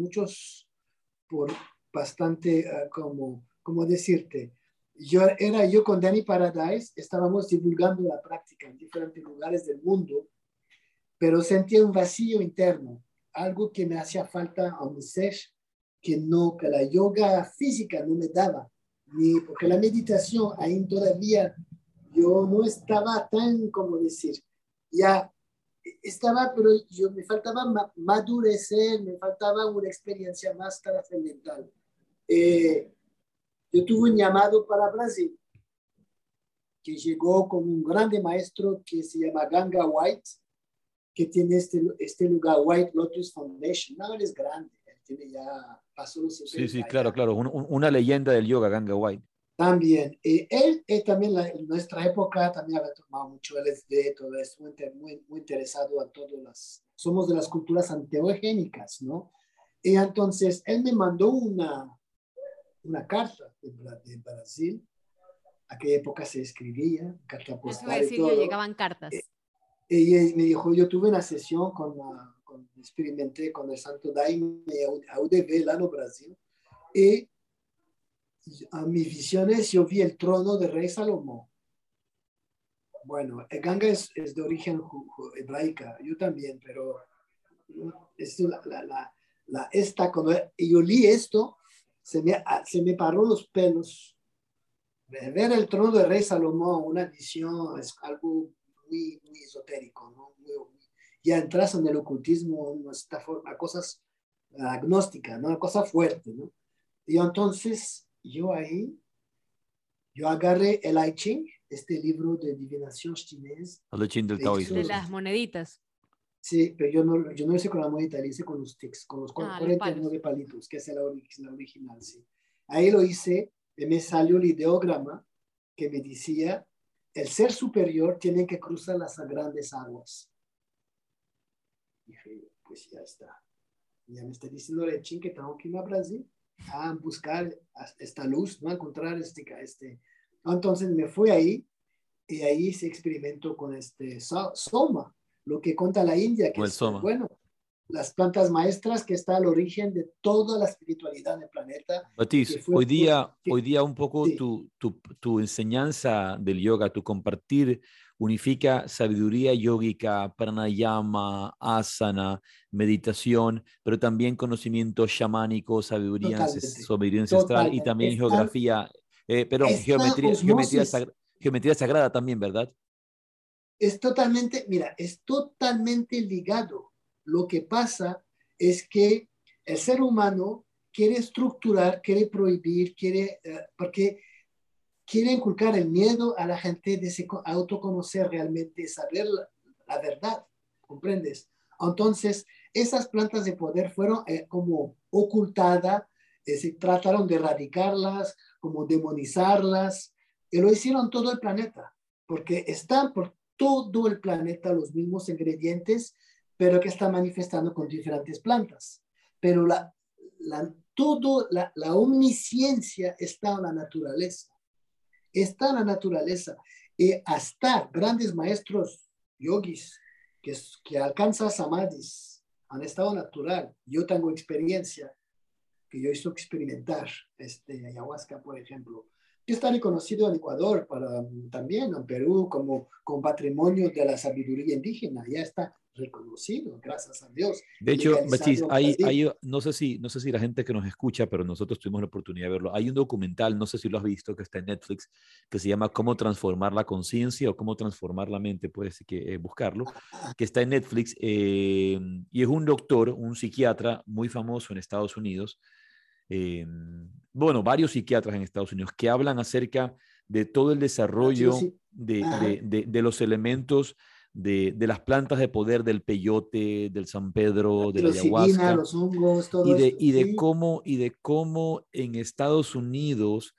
bastante, ¿cómo decirte? Yo con Danny Paradise, estábamos divulgando la práctica en diferentes lugares del mundo, pero sentía un vacío interno, algo que me hacía falta a mi ser, que la yoga física no me daba, porque la meditación ahí todavía yo no estaba tan, como decir, ya estaba, pero yo me faltaba madurecer, me faltaba una experiencia más trascendental. Yo tuve un llamado para Brasil, que llegó con un grande maestro que se llama Ganga White, que tiene este lugar, White Lotus Foundation. No, él es grande, él tiene ya, pasó los 70 Sí, claro, ya. claro. Una leyenda del yoga, Ganga White. También, él también en nuestra época también había tomado mucho LSD, todo esto, muy interesado a todas somos de las culturas anteogénicas, ¿no? Y entonces él me mandó una carta de Brasil, aquella época se escribía, carta Eso iba a postal y decir yo, todo. llegaban cartas. Ella me dijo, yo tuve una sesión experimenté con el Santo Daime a UDV, lá no Brasil, y a mis visiones yo vi el trono del rey Salomón. Bueno, el Ganga es de origen hebraica, yo también, pero cuando yo leí esto, se me paró los pelos. Ver el trono del rey Salomón, una visión, es algo muy esotérico, ¿no? Ya entras en el ocultismo, a cosas agnósticas, ¿no? Una cosa fuerte, ¿no? Y entonces yo agarré el I Ching, este libro de divinación chinés. El Chin del De taoísmo. las moneditas. Sí, pero yo no hice con la moneda, lo hice con los tics, con los Los 49 palitos, que es la original, sí. Ahí lo hice, y me salió el ideograma que me decía, el ser superior tiene que cruzar las grandes aguas. Dije, pues ya está. Ya me está diciendo el Chin que tengo que ir a Brasil a buscar esta luz, ¿no? A encontrar Entonces me fui ahí y ahí se experimentó con Soma, lo que cuenta la India, que Con el es, Soma. bueno, las plantas maestras que está al origen de toda la espiritualidad del planeta. Batiz, Que fue, hoy día un poco sí, tu enseñanza del yoga, tu compartir, unifica sabiduría yógica, pranayama, asana, meditación, pero también conocimiento chamánico, totalmente, sabiduría ancestral y totalmente. también geografía, perdón, Esta osmosis geometría sagrada también, ¿verdad? es totalmente, mira, es totalmente ligado. Lo que pasa es que el ser humano quiere estructurar, quiere prohibir, porque quiere inculcar el miedo a la gente de autoconocer realmente, saber la verdad, ¿comprendes? Entonces, esas plantas de poder fueron como ocultadas, se trataron de erradicarlas, como demonizarlas, y lo hicieron todo el planeta, porque están por todo el planeta los mismos ingredientes, pero que están manifestando con diferentes plantas. Pero la omnisciencia está en la naturaleza. Está en la naturaleza. Y hasta grandes maestros yogis que alcanzan samadhis en estado natural. Yo tengo experiencia que yo hice experimentar ayahuasca, por ejemplo, que está reconocido en Ecuador, también en Perú, como patrimonio de la sabiduría indígena. Ya está reconocido, gracias a Dios, De y hecho, legalizado Bachis, en Brasil. no sé si la gente que nos escucha, pero nosotros tuvimos la oportunidad de verlo. Hay un documental, no sé si lo has visto, que está en Netflix, que se llama Cómo transformar la conciencia o cómo transformar la mente, puedes buscarlo, que está en Netflix, y es un doctor, un psiquiatra muy famoso en Estados Unidos, bueno, varios psiquiatras en Estados Unidos que hablan acerca de todo el desarrollo Sí. Ajá. de los elementos de las plantas de poder del peyote, del San Pedro, de la Psilocibina, ayahuasca, los hongos, todo esto, sí. y de cómo en Estados Unidos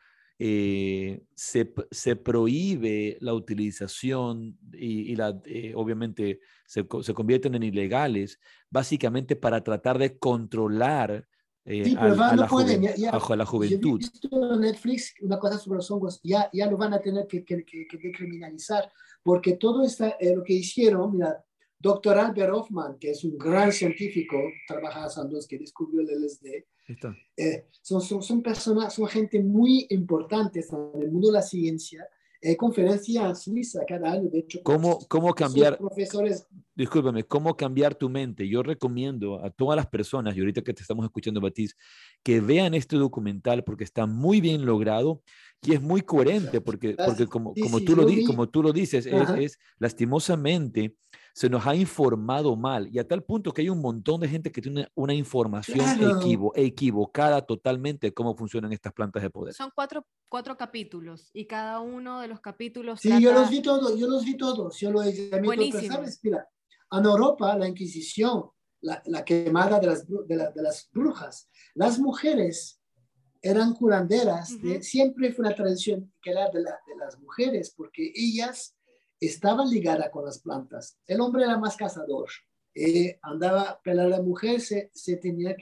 se prohíbe la utilización obviamente se convierten en ilegales, básicamente para tratar de controlar Sí, pero no pueden. a la Yo he juventud. visto en Netflix una cosa sobre los hongos. Ya lo van a tener que decriminalizar, porque todo lo que hicieron, mira, doctor Albert Hoffman, que es un gran científico, trabaja en Sandoz, que descubrió el LSD, Está. son personas, son gente muy importante en el mundo de la ciencia. Conferencia en Suiza cada año, de hecho, ¿Cómo esos cambiar? profesores. Discúlpame, ¿cómo cambiar tu mente? Yo recomiendo a todas las personas, y ahorita que te estamos escuchando, Batiz, que vean este documental porque está muy bien logrado y es muy coherente, porque Sí, sí, yo vi. como tú lo dices, Ajá. es lastimosamente se nos ha informado mal y a tal punto que hay un montón de gente que tiene una información Claro. equivocada totalmente de cómo funcionan estas plantas de poder. Son cuatro capítulos y cada uno de los capítulos Sí, trata yo los vi todos, yo lo examiné todo, pero buenísimo. sabes, mira, en Europa la Inquisición, la quemada de las brujas, las mujeres eran curanderas, siempre fue una tradición que era de las mujeres, porque ellas estaban ligadas con las plantas. El hombre era más cazador, andaba, pero la mujer se tenía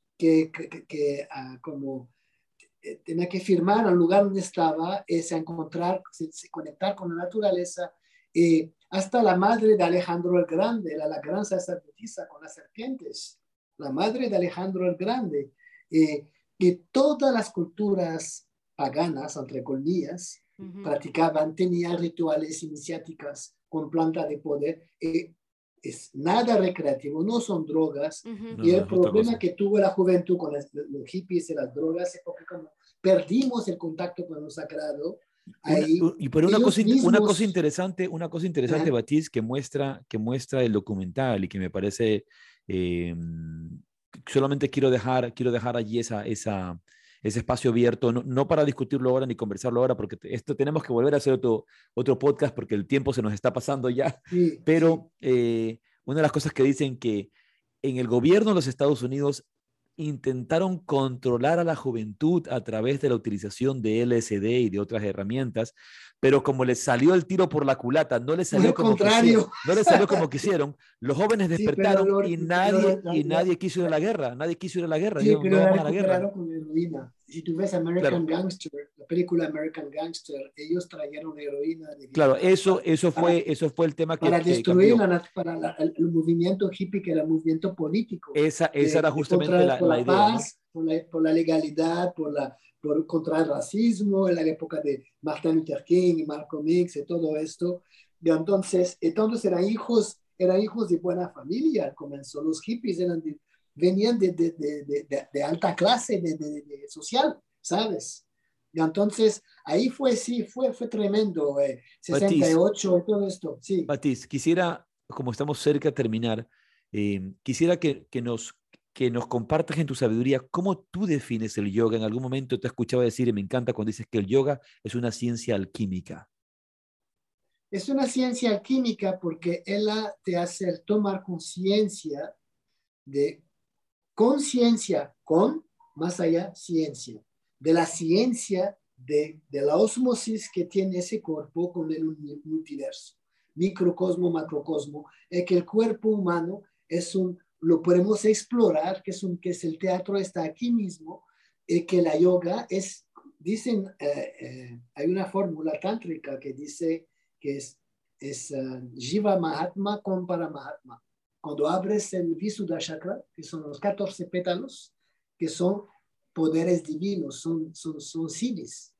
como tenía que firmar al lugar donde estaba, se encontrar, se conectar con la naturaleza. Hasta la madre de Alejandro el Grande, la gran sacerdotisa con las serpientes, la madre de Alejandro el Grande, que todas las culturas paganas, entre comillas, practicaban, tenían rituales iniciáticas con planta de poder. Es nada recreativo, no son drogas. No, Y no, el es otra problema cosa. que tuvo la juventud con los hippies y las drogas es porque como perdimos el contacto con lo sagrado, ahí Pero ellos mismos... una cosa interesante, Batiz, que muestra el documental y que me parece, eh, solamente quiero dejar allí ese espacio abierto, no, no para discutirlo ahora ni conversarlo ahora, porque esto tenemos que volver a hacer otro podcast porque el tiempo se nos está pasando ya, Sí, sí. pero una de las cosas que dicen que en el gobierno de los Estados Unidos intentaron controlar a la juventud a través de la utilización de LSD y de otras herramientas, pero como les salió el tiro por la culata, no les Fue salió el como quisieron, contrario. no les salió como quisieron, los jóvenes Sí, pero, despertaron y nadie quiso ir a la guerra, nadie quiso ir a la guerra, sí, dijeron, no pero la vamos a la guerra. recuperaron con heroína. Si tú ves American Claro, Gangster, la película American Gangster, ellos trajeron heroína de claro, Vietnam eso fue el tema para que destruir cambió. el movimiento hippie, que era el movimiento político, Esa era justamente por la la idea, ¿no? paz, por la legalidad, contra el racismo, en la época de Martin Luther King y Malcolm X y todo esto. Y entonces eran hijos de buena familia, comenzó. Los hippies venían de alta clase social, ¿sabes? Y entonces ahí fue, sí, fue tremendo, Batiz, 68 y todo esto, sí. Batiz, quisiera, como estamos cerca de terminar, quisiera que nos compartas en tu sabiduría cómo tú defines el yoga. En algún momento te escuchaba decir, y me encanta cuando dices que el yoga es una ciencia alquímica. Es una ciencia química porque ella te hace tomar conciencia de conciencia con más allá ciencia, de la ciencia de la osmosis que tiene ese cuerpo con el multiverso, microcosmo, macrocosmo, es que el cuerpo humano lo podemos explorar, que es el teatro, está aquí mismo, que la yoga dicen, hay una fórmula tántrica que dice que Jiva Mahatma con Paramahatma. Cuando abres el Visuddha Chakra, que son los 14 pétalos, que son poderes divinos, son siddhis.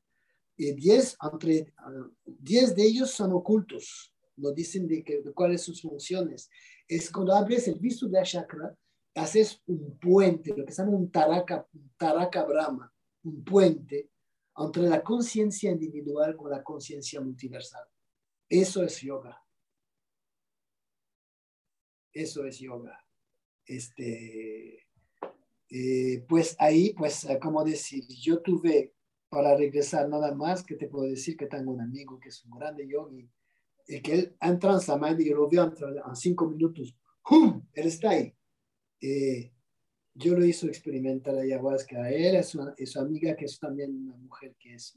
10 de ellos son ocultos, no dicen de cuáles son sus funciones. Es cuando abres el Visuddha Chakra, haces un puente, lo que se llama un Taraka Brahma, un puente entre la conciencia individual con la conciencia multiversal. Eso es yoga. Eso es yoga. Pues ahí, pues, como decir, yo tuve, para regresar nada más, que te puedo decir que tengo un amigo que es un grande yogi, que él entra en Samadhi y lo veo en 5 minutos. ¡Hum! Él está ahí. Yo lo hice experimentar ayahuasca a él, es su amiga, que es también una mujer que es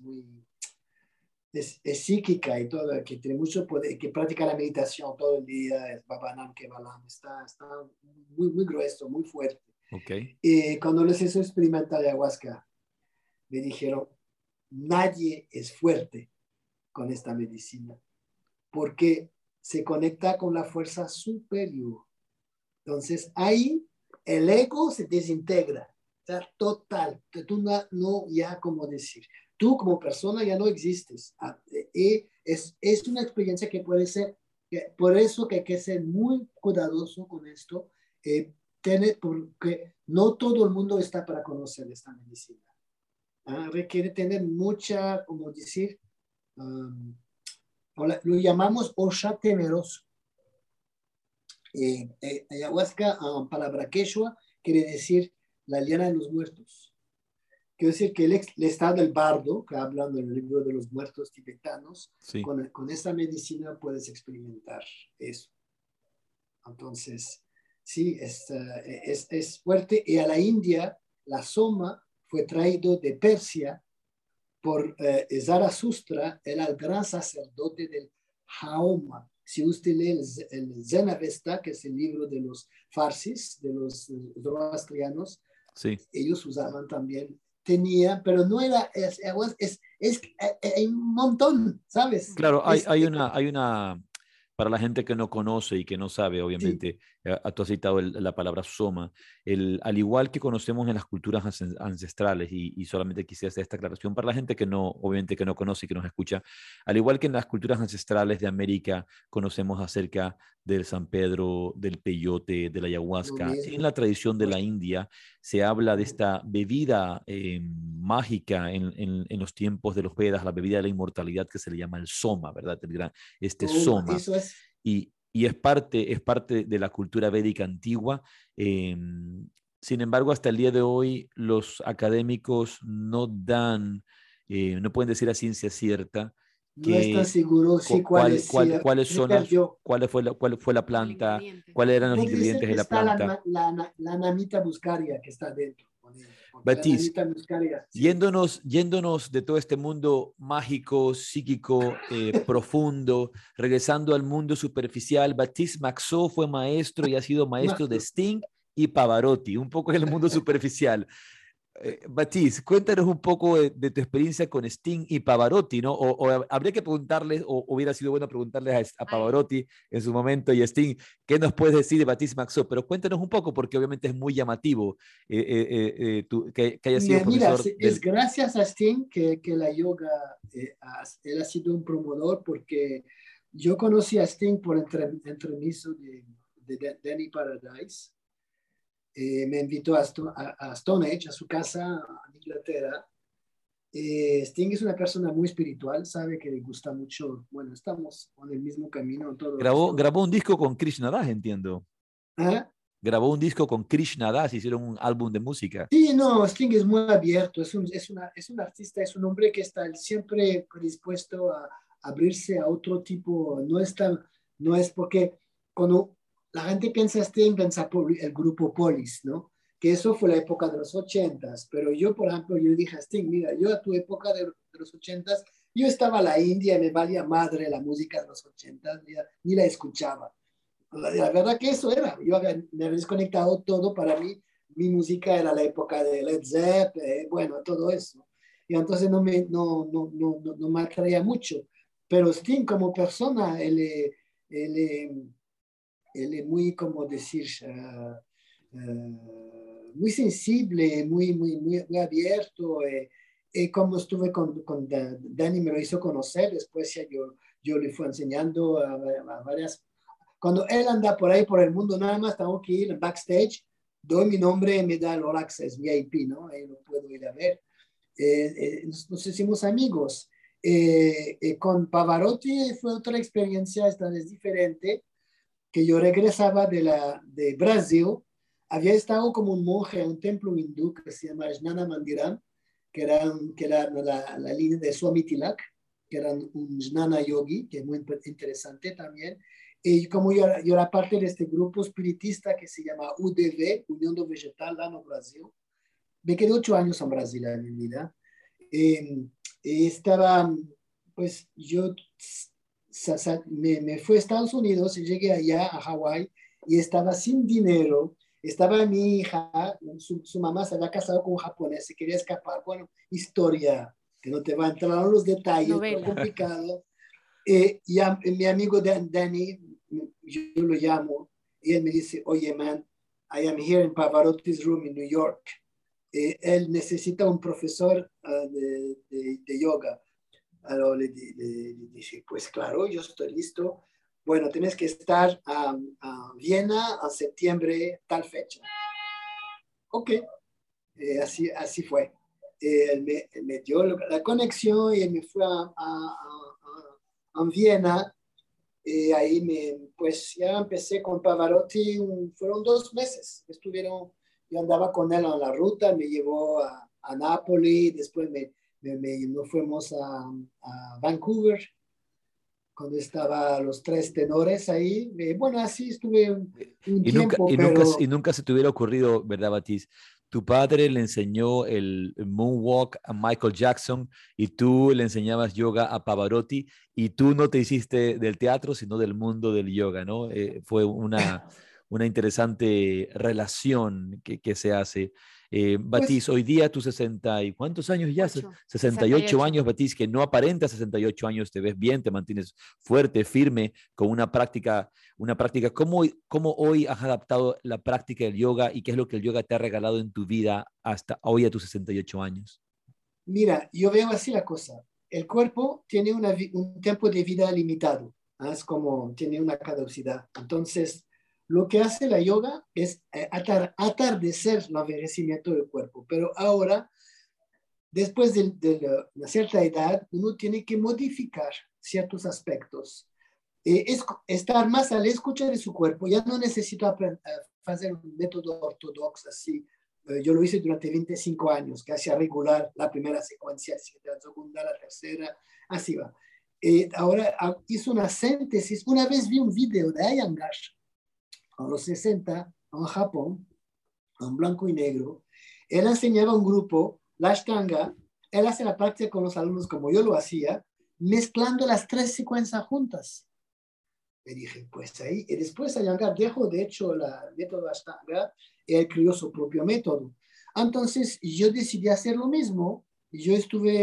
es psíquica y todo, que tiene mucho poder, que practica la meditación todo el día, es Babanam Kevalam, está muy grueso, muy fuerte. Ok. Y cuando les hizo experimentar ayahuasca, me dijeron, nadie es fuerte con esta medicina, porque se conecta con la fuerza superior. Entonces ahí el ego se desintegra, o sea, total. Tú no ya como decir, tú como persona ya no existes. Es una experiencia que puede ser, por eso que hay que ser muy cuidadoso con esto, porque no todo el mundo está para conocer esta medicina. Requiere tener mucha, como decir, lo llamamos osha temeroso. Ayahuasca, palabra quechua, quiere decir la liana de los muertos. Quiere decir que el estado del bardo, que hablan del libro de los muertos tibetanos, Sí. con esa medicina puedes experimentar eso. Entonces, sí, es fuerte. Y a la India, la soma fue traído de Persia por Zarathustra, era el gran sacerdote del Jaoma. Si usted lee el Zen Avesta, que es el libro de los farsis, de los zoroastrianos, Sí. ellos usaban también, tenía, pero no era, hay un montón, ¿sabes? Claro, hay una, para la gente que no conoce y que no sabe, Sí, obviamente, tú has citado la palabra soma, al igual que conocemos en las culturas ancestrales, y solamente quisiera hacer esta aclaración para la gente que no, obviamente que no conoce y que nos escucha, al igual que en las culturas ancestrales de América conocemos acerca del San Pedro, del peyote, de la lo ayahuasca, en mismo. la tradición de Pues, la India se habla de esta bebida mágica en los tiempos de los Vedas, la bebida de la inmortalidad que se le llama el soma, ¿verdad? Este soma. eso es. Y es parte de la cultura védica antigua. Eh, Sin embargo, hasta el día de hoy, los académicos no pueden decir a ciencia cierta No es tan que, seguro si cuál es, si cuáles se son perdió. cuál fue la El planta, ingrediente. cuáles eran los Puede ser ingredientes que de la está planta. la namita muscaria que está dentro, porque la Batiz, namita muscaria, sí. yéndonos de todo este mundo mágico, psíquico, profundo, regresando al mundo superficial, Baptiste Maxo fue maestro y ha sido maestro de Sting y Pavarotti, un poco en el mundo superficial. Baptiste, cuéntanos un poco de tu experiencia con Sting y Pavarotti, ¿no? O habría que preguntarles, o hubiera sido bueno preguntarles a Pavarotti en su momento y a Sting, ¿qué nos puedes decir de Baptiste Maxo? Pero cuéntanos un poco, porque obviamente es muy llamativo que haya sido Mira, profesor es del... gracias a Sting que la yoga, él ha sido un promotor porque yo conocí a Sting por entremiso de Danny Paradise. Me invitó a Stone Age, a su casa en Inglaterra. Sting es una persona muy espiritual, sabe que le gusta mucho, bueno, estamos en el mismo camino en todo esto. Grabó un disco con Krishna Das, entiendo. ¿Ah? Grabó un disco con Krishna Das, hicieron un álbum de música. Sí, no, Sting es muy abierto, es un artista, es un hombre que está siempre dispuesto a abrirse a otro tipo, no es porque cuando la gente piensa Sting, piensa por el grupo Police, ¿no? Que eso fue la época de los ochentas, pero yo, por ejemplo, yo dije a Sting, mira, yo a tu época de los ochentas, yo estaba en la India, me valía madre la música de los ochentas, ni la escuchaba. La verdad que eso era, yo me había desconectado todo para mí, mi música era la época de Led Zeppelin, bueno, todo eso. Y entonces no me atraía mucho. Pero Sting como persona, él, él es muy, como decir, muy sensible, muy abierto. Como estuve con Danny, me lo hizo conocer, después ya yo le fui enseñando a varias. Cuando él anda por ahí por el mundo, nada más tengo que ir backstage, doy mi nombre y me da el All Access VIP, ¿no? Ahí lo puedo ir a ver. Nos hicimos amigos. Con Pavarotti fue otra experiencia, esta vez diferente, que yo regresaba de Brasil, había estado como un monje en un templo hindú que se llama Jnana Mandiram, que era la línea de Swami Tilak, que era un Jnana Yogi, que es muy interesante también. Y como yo era parte de este grupo espiritista que se llama UDV, Unión do Vegetal, lá no Brasil, me quedé 8 años en Brasil en mi vida. Estaba, pues yo me fui a Estados Unidos y llegué allá a Hawái y estaba sin dinero. Estaba mi hija, su mamá se había casado con un japonés, se quería escapar. Bueno, historia que no te va a entrar en los detalles, pero Novela. complicado. Mi amigo Danny, yo lo llamo, y él me dice, oye, man, I am here in Pavarotti's room in New York. Él necesita un profesor de yoga. Alors, le dije, pues claro, yo estoy listo. Bueno, tienes que estar a Viena en septiembre, tal fecha. Ok, así fue. Él me dio la conexión y él me fue a Viena. Y ahí pues ya empecé con Pavarotti, fueron 2 meses. Yo andaba con él en la ruta, me llevó a Nápoles, después nos fuimos a Vancouver, cuando estaban los 3 tenores ahí. Bueno, así estuve un Y nunca, tiempo, y nunca, pero y nunca se te hubiera ocurrido, ¿verdad, Batiz? Tu padre le enseñó el moonwalk a Michael Jackson y tú le enseñabas yoga a Pavarotti y tú no te hiciste del teatro, sino del mundo del yoga, ¿no? Fue una interesante relación que se hace. pues Batiz, hoy día tú 60 y ¿cuántos años ya? 8, 68 68. años, Batiz, que no aparenta 68 años, te ves bien, te mantienes fuerte, firme, con una práctica. ¿Cómo hoy has adaptado la práctica del yoga y qué es lo que el yoga te ha regalado en tu vida hasta hoy a tus 68 años? mira, yo veo así la cosa. El cuerpo tiene un tiempo de vida limitado, ¿ah? Es como tiene una caducidad. Entonces, lo que hace la yoga es atardecer el envejecimiento del cuerpo. Pero ahora, después de una cierta edad, uno tiene que modificar ciertos aspectos. Estar más a la escucha de su cuerpo. Ya no necesito hacer un método ortodoxo así. Yo lo hice durante 25 años, que hacía regular la primera secuencia, la segunda, la tercera, así va. Ahora hizo una síntesis. Una vez vi un video de Iyengar a los 60 en Japón, en blanco y negro. Él enseñaba a un grupo, la Ashtanga. Él hace la práctica con los alumnos como yo lo hacía, mezclando las 3 secuencias juntas. Y dije, pues ahí, y después Iyengar dejó, de hecho, el método Ashtanga, él creó su propio método. Entonces, yo decidí hacer lo mismo. Yo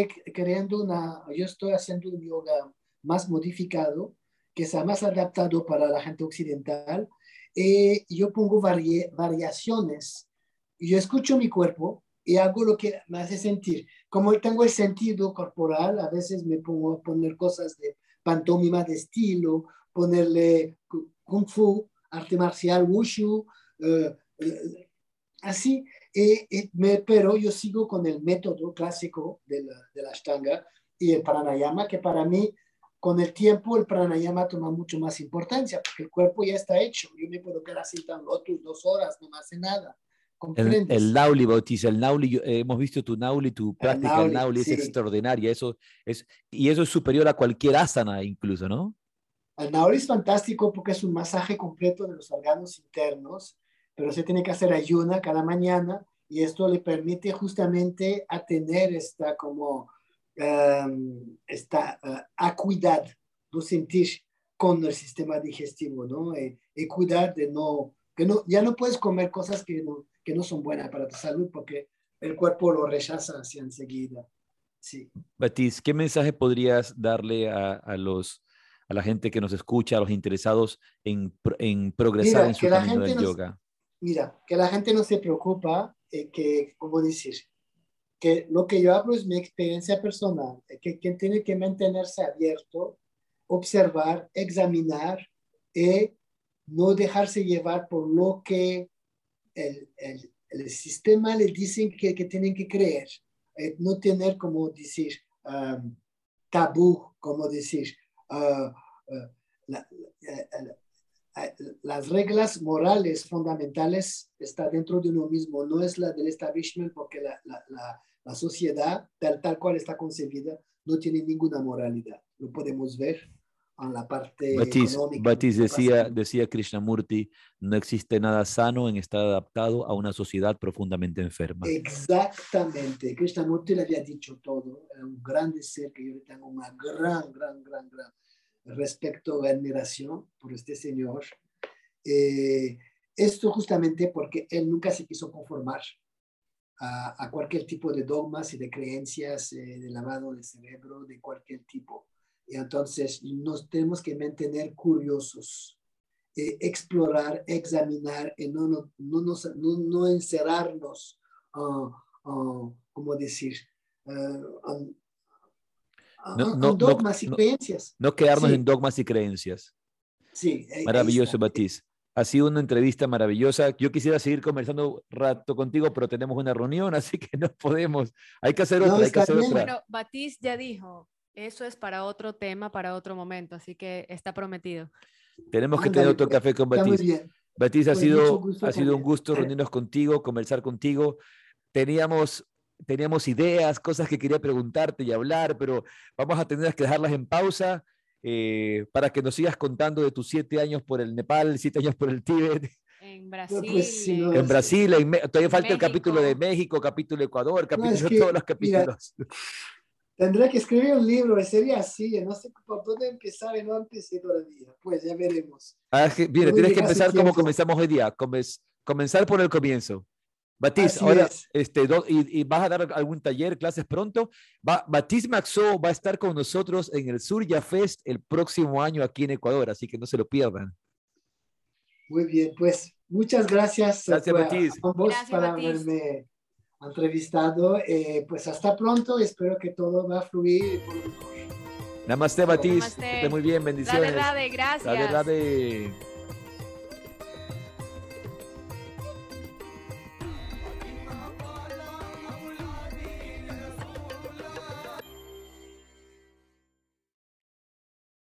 estoy haciendo un yoga más modificado, que sea más adaptado para la gente occidental. Yo pongo variaciones. Yo escucho mi cuerpo y hago lo que me hace sentir. Como tengo el sentido corporal, a veces me pongo a poner cosas de pantomima de estilo, ponerle kung fu, arte marcial, wushu, así, pero yo sigo con el método clásico de la Ashtanga y el pranayama, que para mí, con el tiempo, el pranayama toma mucho más importancia, porque el cuerpo ya está hecho. Yo me puedo quedar así tan otros 2 horas, no me hace nada. El ¿Comprendes? Nauli, Bautiza, el Nauli, hemos visto tu Nauli, tu práctica del Nauli, Nauli es sí. extraordinaria, y eso es superior a cualquier asana incluso, ¿no? El Nauri es fantástico porque es un masaje completo de los órganos internos, pero se tiene que hacer ayuna cada mañana y esto le permite justamente a tener esta acuidad de sentir con el sistema digestivo, ¿no? Y cuidar de ya no puedes comer cosas que no son buenas para tu salud porque el cuerpo lo rechaza hacia enseguida. Sí. Batiz, ¿qué mensaje podrías darle a la gente que nos escucha, a los interesados en progresar en Mira, su camino del yoga? que la gente no se preocupa, ¿cómo decir? Que lo que yo hablo es mi experiencia personal, que tiene que mantenerse abierto, observar, examinar y no dejarse llevar por lo que el sistema le dicen que tienen que creer. No tener, como decir, tabú, como decir, uh, uh, la, las reglas morales fundamentales está dentro de uno mismo, no es la del establishment, porque la sociedad, tal cual está concebida, no tiene ninguna moralidad. Lo podemos ver en la parte económica. Batiz decía Krishnamurti, no existe nada sano en estar adaptado a una sociedad profundamente enferma. Exactamente. Krishnamurti le había dicho todo. Era un grande ser que yo le tengo una gran respeto, veneración por este señor. Esto justamente porque él nunca se quiso conformar a cualquier tipo de dogmas y de creencias, de lavado de cerebro, de cualquier tipo. Y entonces nos tenemos que mantener curiosos, explorar, examinar y no encerrarnos, ¿cómo decir? No, En no, no, dogmas y no, creencias. no quedarnos en Sí, dogmas y creencias. sí, ahí Maravilloso, está. Batiz. Ha sido una entrevista maravillosa. Yo quisiera seguir conversando un rato contigo, pero tenemos una reunión, así que no podemos. Hay que hacer No, otra, hay que está hacer bien. otra. Bueno, Batiz ya dijo, Eso es para otro tema, para otro momento, así que está prometido. Tenemos que tener otro café con Está muy Batiz. bien. Batiz, Pues mucho gusto ha sido un también. gusto reunirnos contigo, conversar contigo. Teníamos ideas, cosas que quería preguntarte y hablar, pero vamos a tener que dejarlas en pausa para que nos sigas contando de tus 7 años por el Nepal, 7 años por el Tíbet. En Brasil, Pues si no, En Brasil, todavía falta el México. capítulo de México, capítulo de Ecuador, No, capítulo es de que, todos los mira, capítulos. tendré que escribir un libro, sería así, no sé por dónde empezar y no empecé todavía. Pues ya veremos. Mira, Todo tienes que llega a su empezar como tiempo. comenzamos hoy día, comenzar por el comienzo. Batiz, Así ahora, es. y vas a dar algún taller, clases pronto. Batiz Maxó va a estar con nosotros en el Surya Fest el próximo año aquí en Ecuador, así que no se lo pierdan. Muy bien, pues muchas gracias Gracias, a Batiz. ambos Gracias, para Batiz. haberme entrevistado. Pues hasta pronto, espero que todo va a fluir por lo mejor. Namaste, Batiz. Namaste. Que esté muy bien, bendiciones. Rade, gracias. Rade.